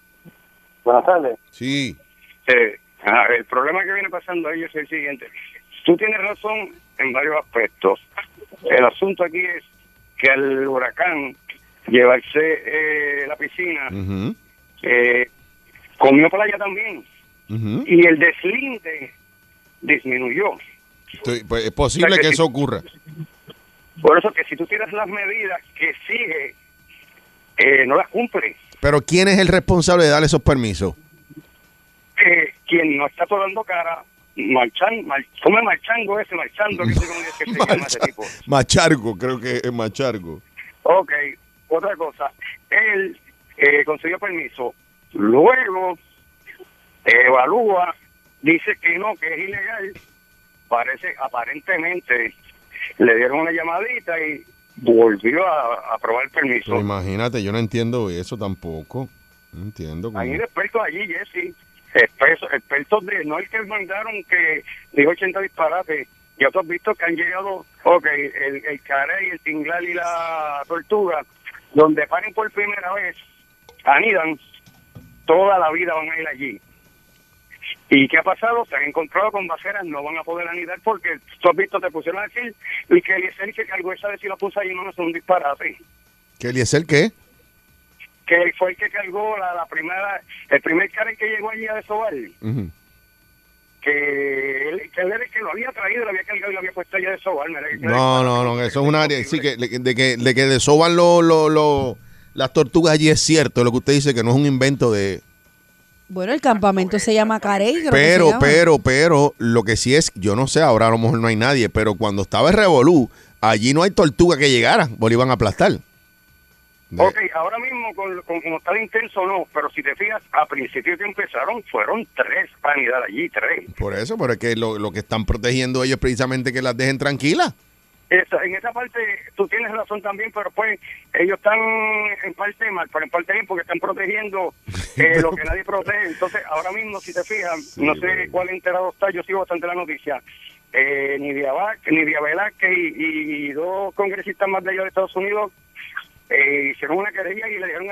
Buenas tardes. Sí. El problema que viene pasando ahí es el siguiente. Tú tienes razón en varios aspectos. El asunto aquí es que al huracán llevarse la piscina, comió playa también. Y el deslinde disminuyó. Pues es posible, o sea, que eso ocurra. Por eso que si tú tienes las medidas que sigue, no las cumple. Pero ¿quién es el responsable de darle esos permisos? Quien no está tomando cara, ¿cómo es marchando ese? Marchando, que se llama ese tipo. Machargo, creo que es Machargo. Ok, otra cosa. Él consiguió permiso, luego evalúa, dice que no, que es ilegal. Aparentemente le dieron una llamadita y volvió a aprobar el permiso. Pero imagínate, yo no entiendo eso tampoco. Entiendo. Hay expertos allí, Jesse. Expertos de, no el que mandaron que dijo 80 disparates. Ya tú has visto que han llegado, el carey, el tinglar y la tortuga, donde paren por primera vez, anidan, toda la vida van a ir allí. ¿Y qué ha pasado? Se han encontrado con baseras, no van a poder anidar porque tú has visto, te pusieron a decir, y que Eliezer que cargó esa de si la puso allí no es un disparate. ¿Que Eliezer qué? Que fue el que cargó el primer carey que llegó allí a desovar. Uh-huh. Que él que lo había traído, lo había cargado y lo había puesto allá de sobar. No, eso es un área, sí, de que desoban las tortugas allí es cierto, lo que usted dice, que no es un invento de... Bueno, el campamento se llama Carey. Pero, lo que sí es, yo no sé, ahora a lo mejor no hay nadie, pero cuando estaba el revolú, allí no hay tortuga que llegara, lo iban a aplastar. Ok, ahora mismo, como está de intenso, no, pero si te fijas, a principio que empezaron, fueron 3 para anidar allí, 3. Por eso, pero es que lo que están protegiendo ellos precisamente que las dejen tranquilas. En esa parte tú tienes razón también, pero pues ellos están en parte mal, pero en parte bien porque están protegiendo lo que nadie protege. Entonces, ahora mismo, si te fijas, no sé cuál enterado está, yo sigo bastante la noticia. Nidia Velázquez y 2 congresistas más de allá de Estados Unidos hicieron una querella y le dieron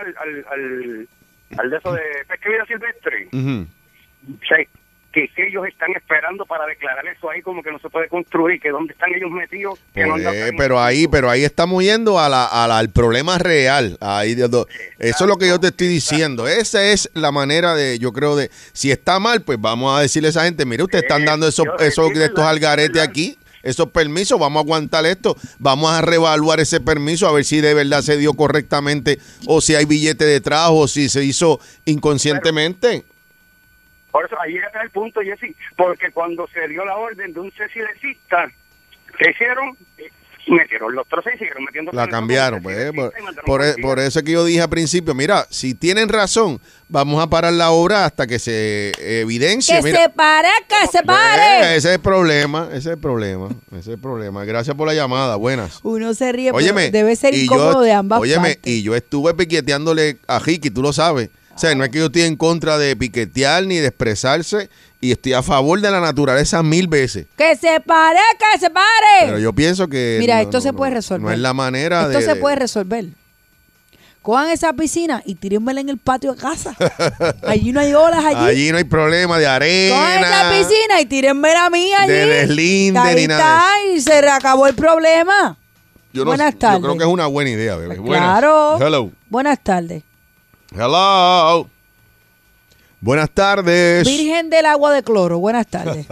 al de eso de pesca y vida silvestre. Uh-huh. O sea, que ellos están esperando para declarar eso ahí como que no se puede construir, que dónde están ellos metidos. Que no pero ahí estamos yendo al problema real. Eso es lo que yo te estoy diciendo. Esa es la manera yo creo, si está mal, pues vamos a decirle a esa gente, mire, ustedes están dando esos de estos algaretes aquí, esos permisos, vamos a aguantar esto, vamos a reevaluar ese permiso a ver si de verdad se dio correctamente o si hay billete detrás o si se hizo inconscientemente. Por eso, ahí está el punto, Jessy, porque cuando se dio la orden de un cecilecista, ¿qué hicieron? Metieron los trozos y siguieron metiendo... La cambiaron, pues. Por eso es que yo dije al principio, mira, si tienen razón, vamos a parar la obra hasta que se evidencie. Que se pare. Ese es el problema. Gracias por la llamada, buenas. Uno se ríe, óyeme, pero debe ser incómodo de ambas partes. Y yo estuve piqueteándole a Ricky, tú lo sabes. O sea, no es que yo esté en contra de piquetear ni de expresarse, y estoy a favor de la naturaleza 1000 veces. ¡Que se pare! Pero yo pienso que... Mira, esto se puede resolver. No es la manera Esto se puede resolver. Cojan esa piscina y tírenmela en el patio de casa. Allí no hay olas allí. Allí no hay problema de arena. Cojan esa piscina y tírenmela a mí allí. De deslinde ni nada. Y se acabó el problema. Buenas tardes. Yo creo que es una buena idea, bebé. Claro. Hello. Buenas tardes. Hello. Buenas tardes. Virgen del agua de cloro. Buenas tardes.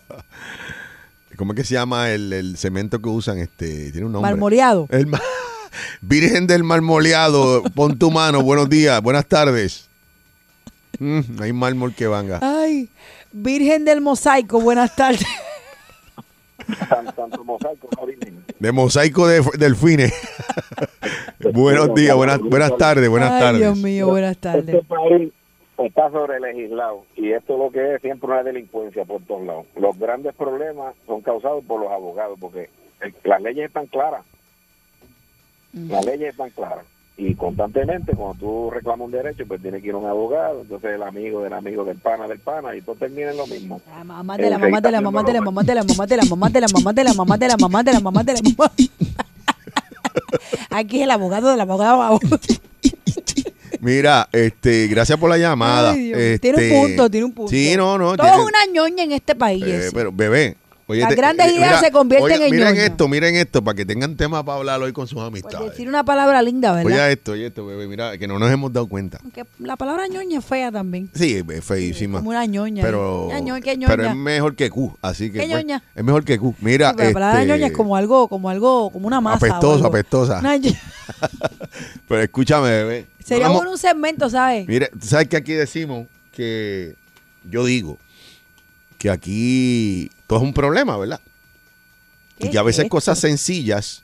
¿Cómo es que se llama el cemento que usan? Tiene un nombre. Marmoleado. Virgen del marmoleado. Pon tu mano. Buenos días. Buenas tardes. Hay mármol que venga. Ay, Virgen del mosaico. Buenas tardes. Tanto mosaico, no virgen. De mosaico de delfines. Buenos días, buenas tardes, Ay, Dios mío, buenas tardes. Este país está sobre legislado y esto es lo que es siempre una delincuencia por todos lados. Los grandes problemas son causados por los abogados porque las leyes están claras. Las leyes están claras. Y constantemente, cuando tú reclamas un derecho, pues tiene que ir a un abogado, entonces el amigo del amigo del pana, y todo termina en lo mismo. La mamá de la mamá de la mamá de la mamá de la mamá de la mamá de la mamá de la mamá de la mamá de la mamá de la mamá. Aquí es el abogado del abogado. Mira, gracias por la llamada. Ay, tiene un punto. Sí, no. Todo es una ñoña en este país. Pero, bebé. Oye, las grandes ideas se convierten en ñoña. Miren esto, para que tengan tema para hablar hoy con sus amistades. Pues decir una palabra linda, ¿verdad? Oye esto, bebé, mira, que no nos hemos dado cuenta. Aunque la palabra ñoña es fea también. Sí, es feísima. Como una ñoña. Pero, ¿qué ñoña? Pero es mejor que Q, así que... ¿Qué ñoña? Es mejor que Q. Mira, sí, la palabra ñoña es como una masa. Apestosa. Pero escúchame, bebé. Sería bueno un segmento, ¿sabes? Mire, ¿sabes que aquí decimos que... Yo digo que aquí todo es un problema, ¿verdad? Y que a veces cosas sencillas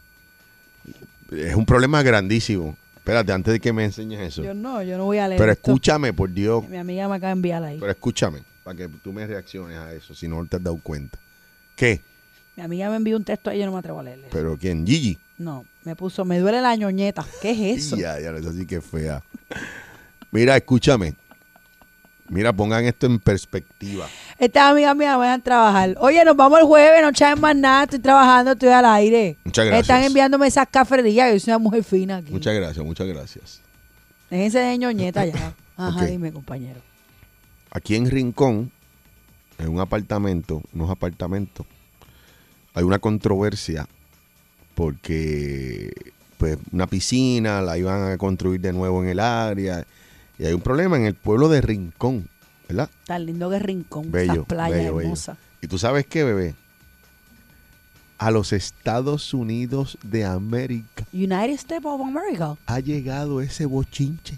es un problema grandísimo. Espérate, antes de que me enseñes eso. Yo no voy a leer. Pero escúchame, por Dios. Mi amiga me acaba de enviar ahí. Pero escúchame, para que tú me reacciones a eso, si no te has dado cuenta. ¿Qué? Mi amiga me envió un texto ahí, yo no me atrevo a leerle. ¿Pero quién? ¿Gigi? No, me puso, me duele la ñoñeta. ¿Qué es eso? Ya, eso sí que es fea. Mira, escúchame. Mira, pongan esto en perspectiva. Estas amigas mías van a trabajar. Oye, nos vamos el jueves, no chaven más nada, estoy trabajando, estoy al aire. Muchas gracias. Están enviándome esas cafrerías, yo soy una mujer fina aquí. Muchas gracias, muchas gracias. Déjense de ñoñeta ya. Ajá, Okay. dime, compañero. Aquí en Rincón, en unos apartamentos, hay una controversia porque pues una piscina la iban a construir de nuevo en el área y hay un problema en el pueblo de Rincón, ¿verdad? Tan lindo que es Rincón, Bello, esas playas bello, bello. hermosas. ¿Y tú sabes qué, bebé? A los Estados Unidos de América United States of America. ha llegado ese bochinche.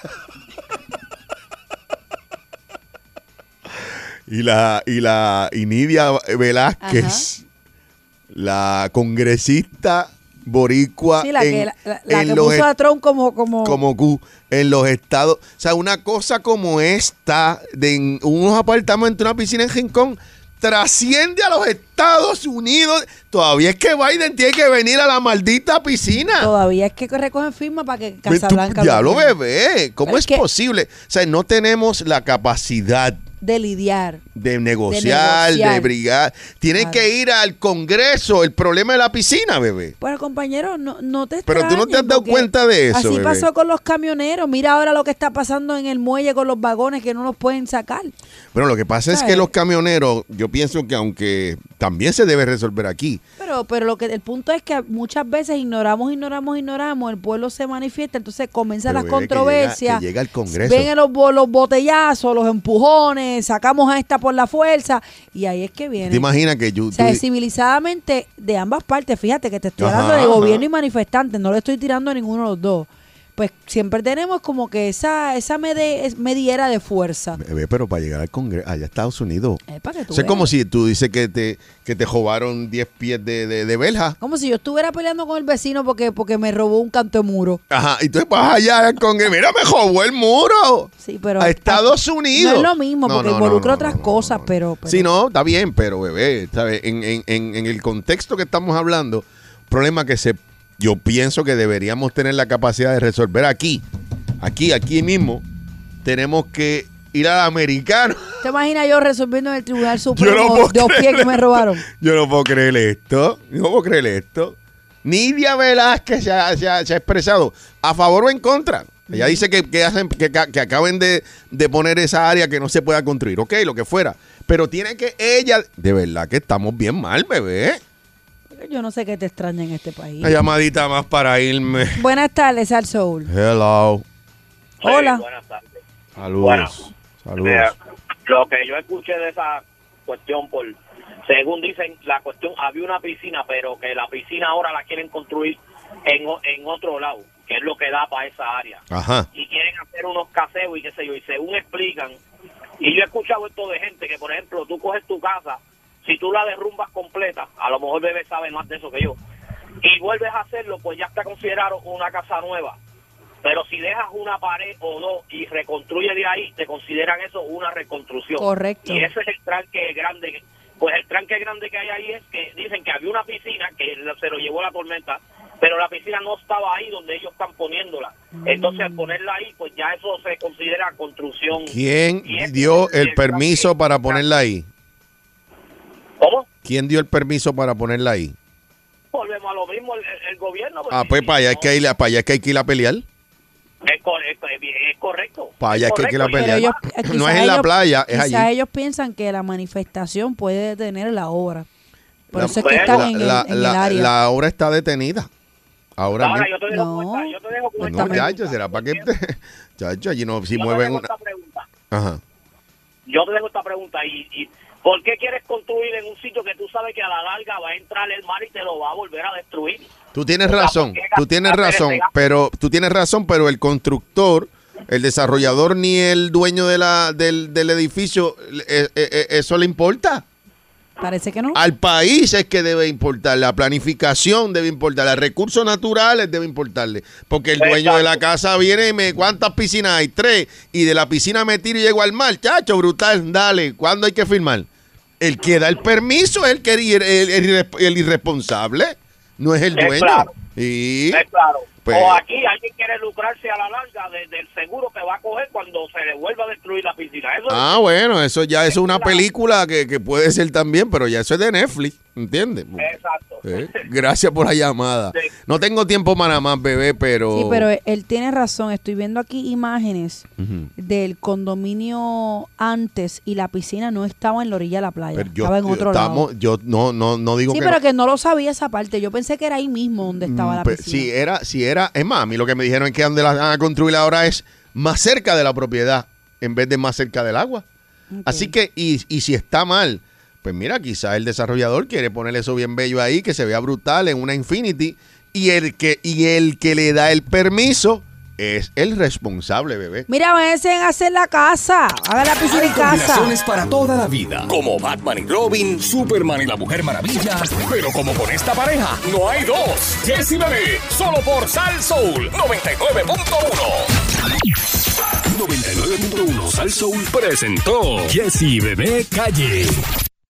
y Nidia Velázquez, la congresista boricua Sí, la que, la en que los puso a Trump como en los estados. O sea, una cosa como esta, de unos apartamentos, una piscina en Rincón, trasciende a los Estados Unidos. Todavía es que Biden tiene que venir a la maldita piscina. Todavía es que recogen firma para que Casablanca Ya lo tenga. bebé. ¿Cómo Pero es es que- posible? O sea, no tenemos la capacidad de lidiar. de negociar, de brigar. Tienen que ir al Congreso. El problema de la piscina, bebé. Bueno, compañero, no te Pero tú no te has dado porque cuenta de eso, Así bebé. pasó con los camioneros. Mira ahora lo que está pasando en el muelle con los vagones que no los pueden sacar. Bueno, lo que pasa es que los camioneros, yo pienso que aunque también se debe resolver aquí. Pero el punto es que muchas veces ignoramos, el pueblo se manifiesta, entonces comienzan Pero, las bebé, controversias. que llega al Congreso. Ven los botellazos, los empujones, sacamos a esta por la fuerza y ahí es que viene. ¿Te imaginas que O sea, civilizadamente de ambas partes, fíjate que te estoy hablando Ajá, de gobierno ajá. y manifestantes, no le estoy tirando a ninguno de los dos. Pues siempre tenemos como que esa mediera de fuerza. Bebé, pero para llegar al Congreso, allá a Estados Unidos. Para que tú Es veas. como si tú dices que te robaron 10 pies de verja. Como si yo estuviera peleando con el vecino porque me robó un canto de muro. Ajá, y tú vas allá al Congreso. Mira, me robó el muro. Sí, pero a Estados Unidos. no es lo mismo No, porque no, involucra no, otras cosas, pero Sí, no, está bien, pero bebé, ¿sabes? En el contexto que estamos hablando, problema que yo pienso que deberíamos tener la capacidad de resolver aquí mismo. Tenemos que ir al americano. ¿te imaginas yo resolviendo en el Tribunal Yo no Supremo puedo de pies que me robaron? Yo no puedo creer esto. Nidia Velázquez se ha expresado a favor o en contra. Ella dice que acaben de poner esa área que no se pueda construir. Ok, lo que fuera. Pero tiene que ella... De verdad que estamos bien mal, bebé. Yo no sé qué te extraña en este país. Una llamadita más para irme. Buenas tardes, Al Soul. Hello. Hola. Buenas tardes. Saludos. Bueno, Saludos. Mira, lo que yo escuché de esa cuestión, según dicen, la cuestión, había una piscina, pero que la piscina ahora la quieren construir en otro lado, que es lo que da para esa área. Ajá. Y quieren hacer unos caseos y qué sé yo, y según explican, y yo he escuchado esto de gente que, por ejemplo, tú coges tu casa, si tú la derrumbas completa, a lo mejor Bebé sabe más de eso que yo, y vuelves a hacerlo, pues ya está considerado una casa nueva. Pero si dejas una pared o dos y reconstruyes de ahí, te consideran eso una reconstrucción. Correcto. Y ese es el tranque grande. Pues el tranque grande que hay ahí es que dicen que había una piscina que se lo llevó la tormenta, pero la piscina no estaba ahí donde ellos están poniéndola. Entonces, al ponerla ahí, pues ya eso se considera construcción. ¿Quién Y ese dio es el permiso para ponerla ahí? ¿Cómo? ¿Quién dio el permiso para ponerla ahí? Volvemos a lo mismo, el gobierno. Ah, pues para allá es que hay que ir a pelear. Es correcto. Para allá es que hay que ir a Pero pelear. ellos- No quizás es en la ellos- playa, es quizás allí. ellos piensan que la manifestación puede detener la obra. Por eso es La- que están la- en la- el la- área. la obra está detenida. Ahora Ahora mismo. yo te dejo comentar, yo te dejo Pues comentar. no, chacho, será para que chacho, allí no, si Yo te mueven dejo una. esta pregunta. Ajá. Yo te dejo esta pregunta y ¿por qué quieres construir en un sitio que tú sabes que a la larga va a entrar el mar y te lo va a volver a destruir? Tú tienes O sea, razón, ¿por qué tú tienes gastar razón, ese gasto? pero el constructor, el desarrollador ni el dueño del edificio, eso le importa. Parece que no. Al país es que debe importar, la planificación debe importar, los recursos naturales debe importarle, porque el dueño de la casa viene y ¿cuántas piscinas hay? 3, y de la piscina me tiro y llego al mar, chacho, brutal, dale, ¿cuándo hay que firmar? El que da el permiso es el irresponsable, no es el dueño. claro. Y Es claro. o aquí alguien quiere lucrarse a la larga del seguro que va a coger cuando se le vuelva a destruir la piscina. Eso bueno, eso ya es una película que puede ser también, pero ya eso es de Netflix, ¿entiendes? Exacto. Gracias por la llamada. Sí. No tengo tiempo para más, bebé, pero... Sí, pero él tiene razón. Estoy viendo aquí imágenes del condominio antes y la piscina no estaba en la orilla de la playa, estaba en otro lado. Yo no digo que... Sí, pero que no lo sabía esa parte. Yo pensé que era ahí mismo donde estaba la piscina. Si era, es más, a mí lo que me dijeron es que donde la van a construir ahora es más cerca de la propiedad en vez de más cerca del agua. Okay. Así que, y si está mal, pues mira, quizás el desarrollador quiere poner eso bien bello ahí, que se vea brutal en una Infinity, y el que le da el permiso es el responsable, bebé. Mira, váyanse a hacer la casa. Haga la piscina en casa. Combinaciones para toda la vida. Como Batman y Robin, Superman y la Mujer Maravilla. Pero como con esta pareja, no hay dos. Jessy Bebé, solo por Sal Soul 99.1. 99.1 Sal Soul presentó Jessy Bebé Calle.